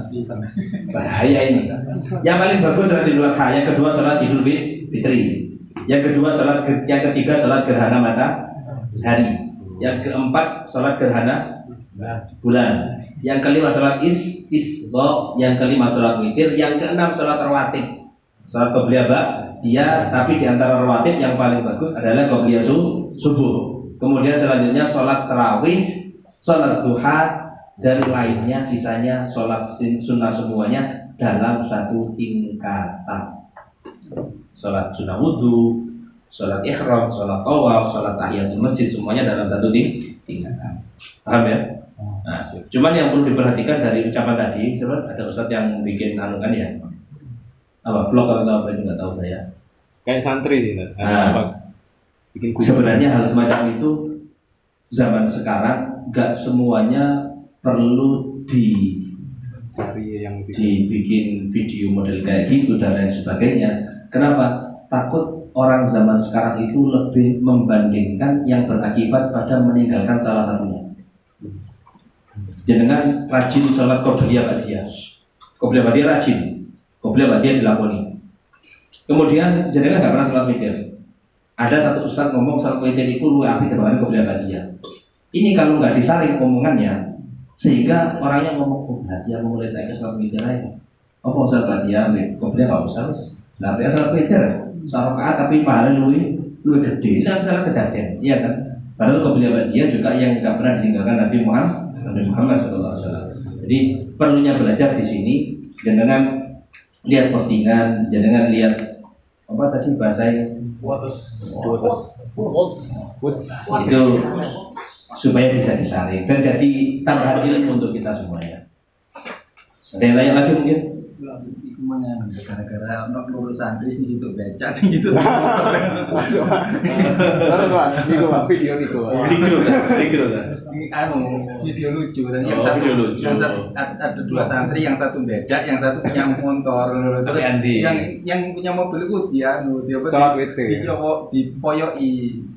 Speaker 3: Bahaya ini. Yang paling bagus sholat Idul Adha, yang kedua sholat Idul Fitri, yang kedua sholat, yang ketiga sholat gerhana matahari, yang keempat sholat gerhana bulan, yang kelima sholat is isro, yang kelima sholat witir, yang keenam sholat rawatib, sholat qobliyah dia, tapi di antara rawatib yang paling bagus adalah qobliyah subuh. Kemudian selanjutnya sholat tarawih, sholat duha, dan lainnya sisanya sholat sunnah semuanya dalam satu tingkatan. Sholat sunnah wudhu, sholat ikhram, sholat tawaf, sholat tahiyatul masjid semuanya dalam satu tingkatan. Paham ya? Nah, cuman yang perlu diperhatikan dari ucapan tadi, coba ada ustadz yang bikin anu kan ya? Apa vlog atau apa itu nggak tahu saya.
Speaker 2: Kayak santri sih, nah.
Speaker 3: Nah,
Speaker 2: Bikin kubu.
Speaker 3: sebenarnya hal semacam itu zaman sekarang nggak semuanya perlu di
Speaker 2: Cari yang bikin.
Speaker 3: dibikin video model kayak gitu dan lain sebagainya. Kenapa? Takut orang zaman sekarang itu lebih membandingkan yang berakibat pada meninggalkan salah satunya. Jenengan rajin sholat qobliyah ba'diyah, qobliyah ba'diyah rajin, qobliyah ba'diyah dilakoni. Kemudian jenengan nggak pernah sholat witir. Ada satu ustaz ngomong sholat witir itu luwih apik daripada qobliyah ba'diyah. Ini kalau nggak disaring omongannya, sehingga orangnya ngomong oh berarti aku mulai saya ke sholat witir aja. Oh mau sholat ba'diyah, qobliyah nggak usah harus. Nah, dia sholat witir, sarokaat tapi pahalanya luwih luwih gede. Ini salah kejadian, iya kan? Padahal qobliyah ba'diyah juga yang nggak pernah ditinggalkan Nabi Muhammad. Nabi Muhammad Shallallahu Alaihi Wasallam. Jadi perlunya belajar di sini. Jangan lihat postingan, jangan lihat apa tadi bahasanya
Speaker 4: Wates.
Speaker 2: Wates.
Speaker 3: itu supaya bisa disaring dan jadi tambahan ilmu untuk kita semuanya. Ada yang tanya lagi mungkin?
Speaker 5: Iku mana gara-gara ono lurus santri di situ becak di situ.
Speaker 2: Terus Pak, itu Pak video itu.
Speaker 3: Video kan? Video kan?
Speaker 5: Ini anu video lucu dan yang
Speaker 3: Oh,
Speaker 5: satu
Speaker 3: video lucu.
Speaker 5: yang satu ada dua santri, yang satu becak, yang satu punya motor. Terus
Speaker 3: Andi.
Speaker 5: yang yang punya mobil itu dia anu dia apa?
Speaker 2: Sholat witir.
Speaker 5: Di cowok dipoyoki.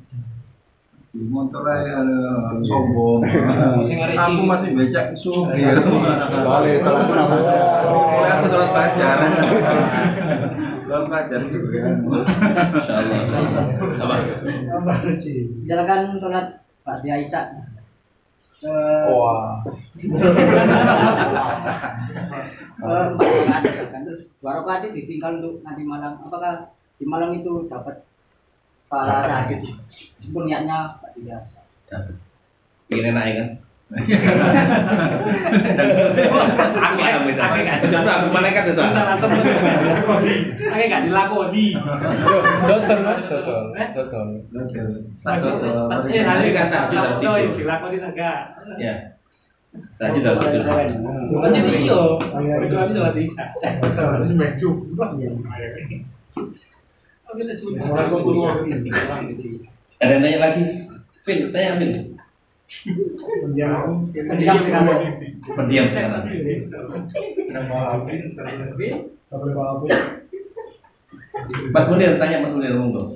Speaker 5: Di motor aja sombong. Aku masih becak sugih.
Speaker 2: Boleh salah
Speaker 5: Mulai aku sholat fajar. Sholat fajar juga kan.
Speaker 3: Insyaallah. Apa?
Speaker 6: Jalankan sholat Pak Dia Isa.
Speaker 2: Wah.
Speaker 6: Empat rakaat kan terus dua rakaat itu ditinggal untuk nanti malam. Apakah di malam itu dapat pahala tahajud? Meskipun niatnya Pak Dia Isa.
Speaker 3: Ingin enak ya kan?
Speaker 4: Akeh
Speaker 3: Amit amit. Coba aku malaikat tuh soalnya.
Speaker 4: Akeh gak dilakoni.
Speaker 2: Dokter Mas, dokter. Dokter.
Speaker 4: Eh, hari
Speaker 3: kan tahajud harus
Speaker 4: Oh,
Speaker 3: tidur.
Speaker 4: dilakoni enggak?
Speaker 3: Ya. Tadi harus tidur.
Speaker 4: Bukan jadi iyo. Kecuali sholat Isya. Oke, let's go.
Speaker 3: Ada yang tanya lagi? Phil, tanya Phil.
Speaker 6: Pendiam sekarang.
Speaker 3: Pendiam sekarang. Mas Munir, tanya Mas Munir monggo.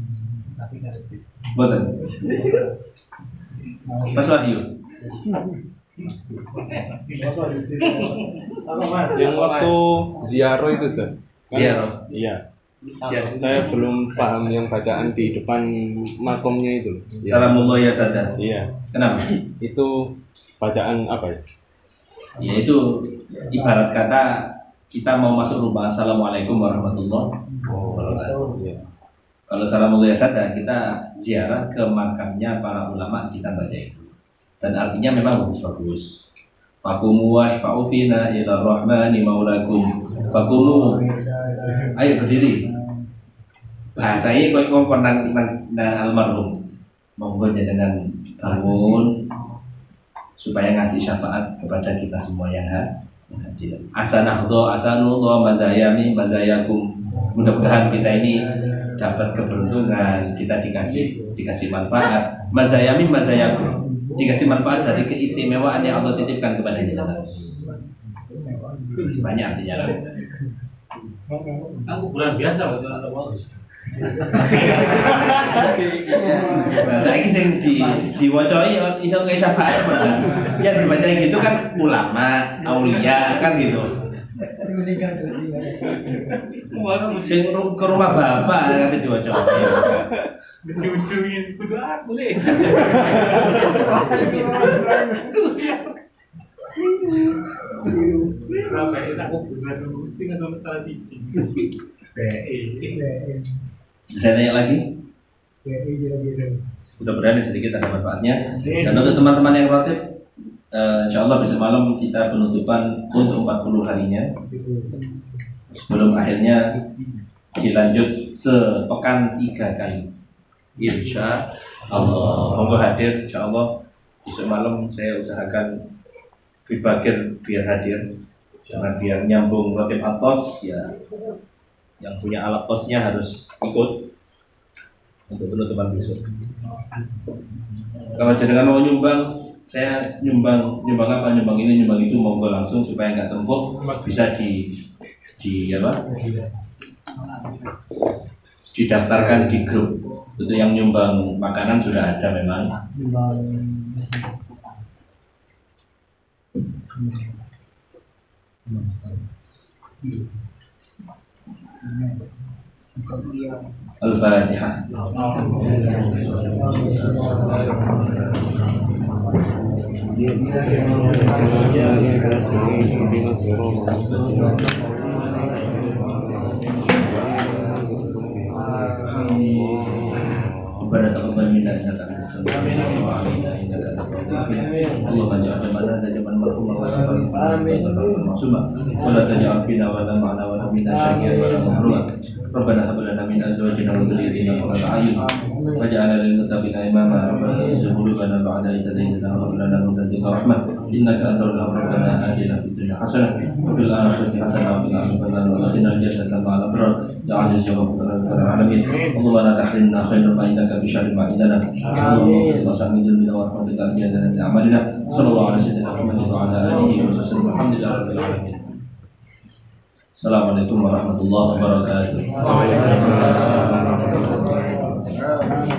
Speaker 3: Boten. Mas Wahyu.
Speaker 2: Yang waktu ziarah itu Ustaz. Kan?
Speaker 3: Ziarah.
Speaker 2: Iya. Ya, saya belum paham yang bacaan di depan makomnya itu. Ya.
Speaker 3: Salamullah ya sadar.
Speaker 2: Iya,
Speaker 3: Kenapa?
Speaker 2: itu bacaan apa ya?
Speaker 3: Ya itu ibarat kata kita mau masuk rumah, assalamualaikum warahmatullahi wabarakatuh.
Speaker 2: Iya.
Speaker 3: Kalau salamullah ya sadar, kita ziarah ke makamnya para ulama, kita baca itu. Dan artinya memang bagus-bagus. Fakumu washfa'u fina ila rahmani maulakum. Fakumu. Ayo berdiri. Nah, saya kok ngomong nang nang nang almarhum. Monggo jenengan bangun supaya ngasih syafaat kepada kita semua yang hadir. Asanahdo asanullah mazayami mazayakum. Mudah-mudahan kita ini dapat keberuntungan, kita dikasih dikasih manfaat. Mazayami mazayakum. Dikasih manfaat dari keistimewaan yang Allah titipkan kepada kita. Banyak artinya lah.
Speaker 4: Aku bulan biasa waktu ada bos.
Speaker 3: Nah, saya sing di diwacai iso kayak syafaat. Yang dibaca gitu kan ulama, aulia kan gitu. Sing ke rumah bapak kata diwaca.
Speaker 4: Dudungin kudu aku le. Berapa enak aku bulan mesti nggak tahu salah biji.
Speaker 3: Ada nanya lagi? Mudah-mudahan sedikit ada manfaatnya. Dan untuk teman-teman yang rotib, uh, insya Allah besok malam kita penutupan untuk empat puluh harinya. Sebelum akhirnya dilanjut sepekan tiga kali. Insya Allah. Monggo hadir, insya Allah. Besok malam saya usahakan Bibakir biar hadir. Karena biar nyambung rotib atos, ya yang punya alat posnya harus ikut untuk penutupan besok. Kalau jenengan mau nyumbang, saya nyumbang nyumbang apa, nyumbang ini, nyumbang itu, monggo langsung supaya nggak tempuk, bisa di di apa? Didaftarkan di grup. Untuk yang nyumbang makanan sudah ada memang. Al-Fatihah. Pada taqabbal minna innaka antas samiul alim wa alaina innaka antal wahhab. Allahumma ja'alna mana tajman marhum wa amin. Wa la taj'al fina wa la ma'ana wa la minna syaqiyyan wa la mahruman. Rabbana hab lana min azwajina wa dhurriyyatina qurrata a'yun waj'alna lil muttaqina imama. Rabbana ighfir lana ba'da idh hadaytana wa hab lana min ladunka rahmah innaka antal wahhab. Rabbana atina fid dunya hasanah wa fil akhirati hasanah wa qina adzabannar wa qina jannata ma'al abrar. Ya aziz ya rabbal alamin. Allahumma la tahrimna khairan ma indaka bi syarri ma indana. Amin. Wa sa'mil min rahmatika ajana min amalina. Sallallahu alaihi wasallam wa ala alihi wa sahbihi. Alhamdulillahi rabbil alamin. Assalamualaikum warahmatullahi wabarakatuh.
Speaker 2: Waalaikumsalam.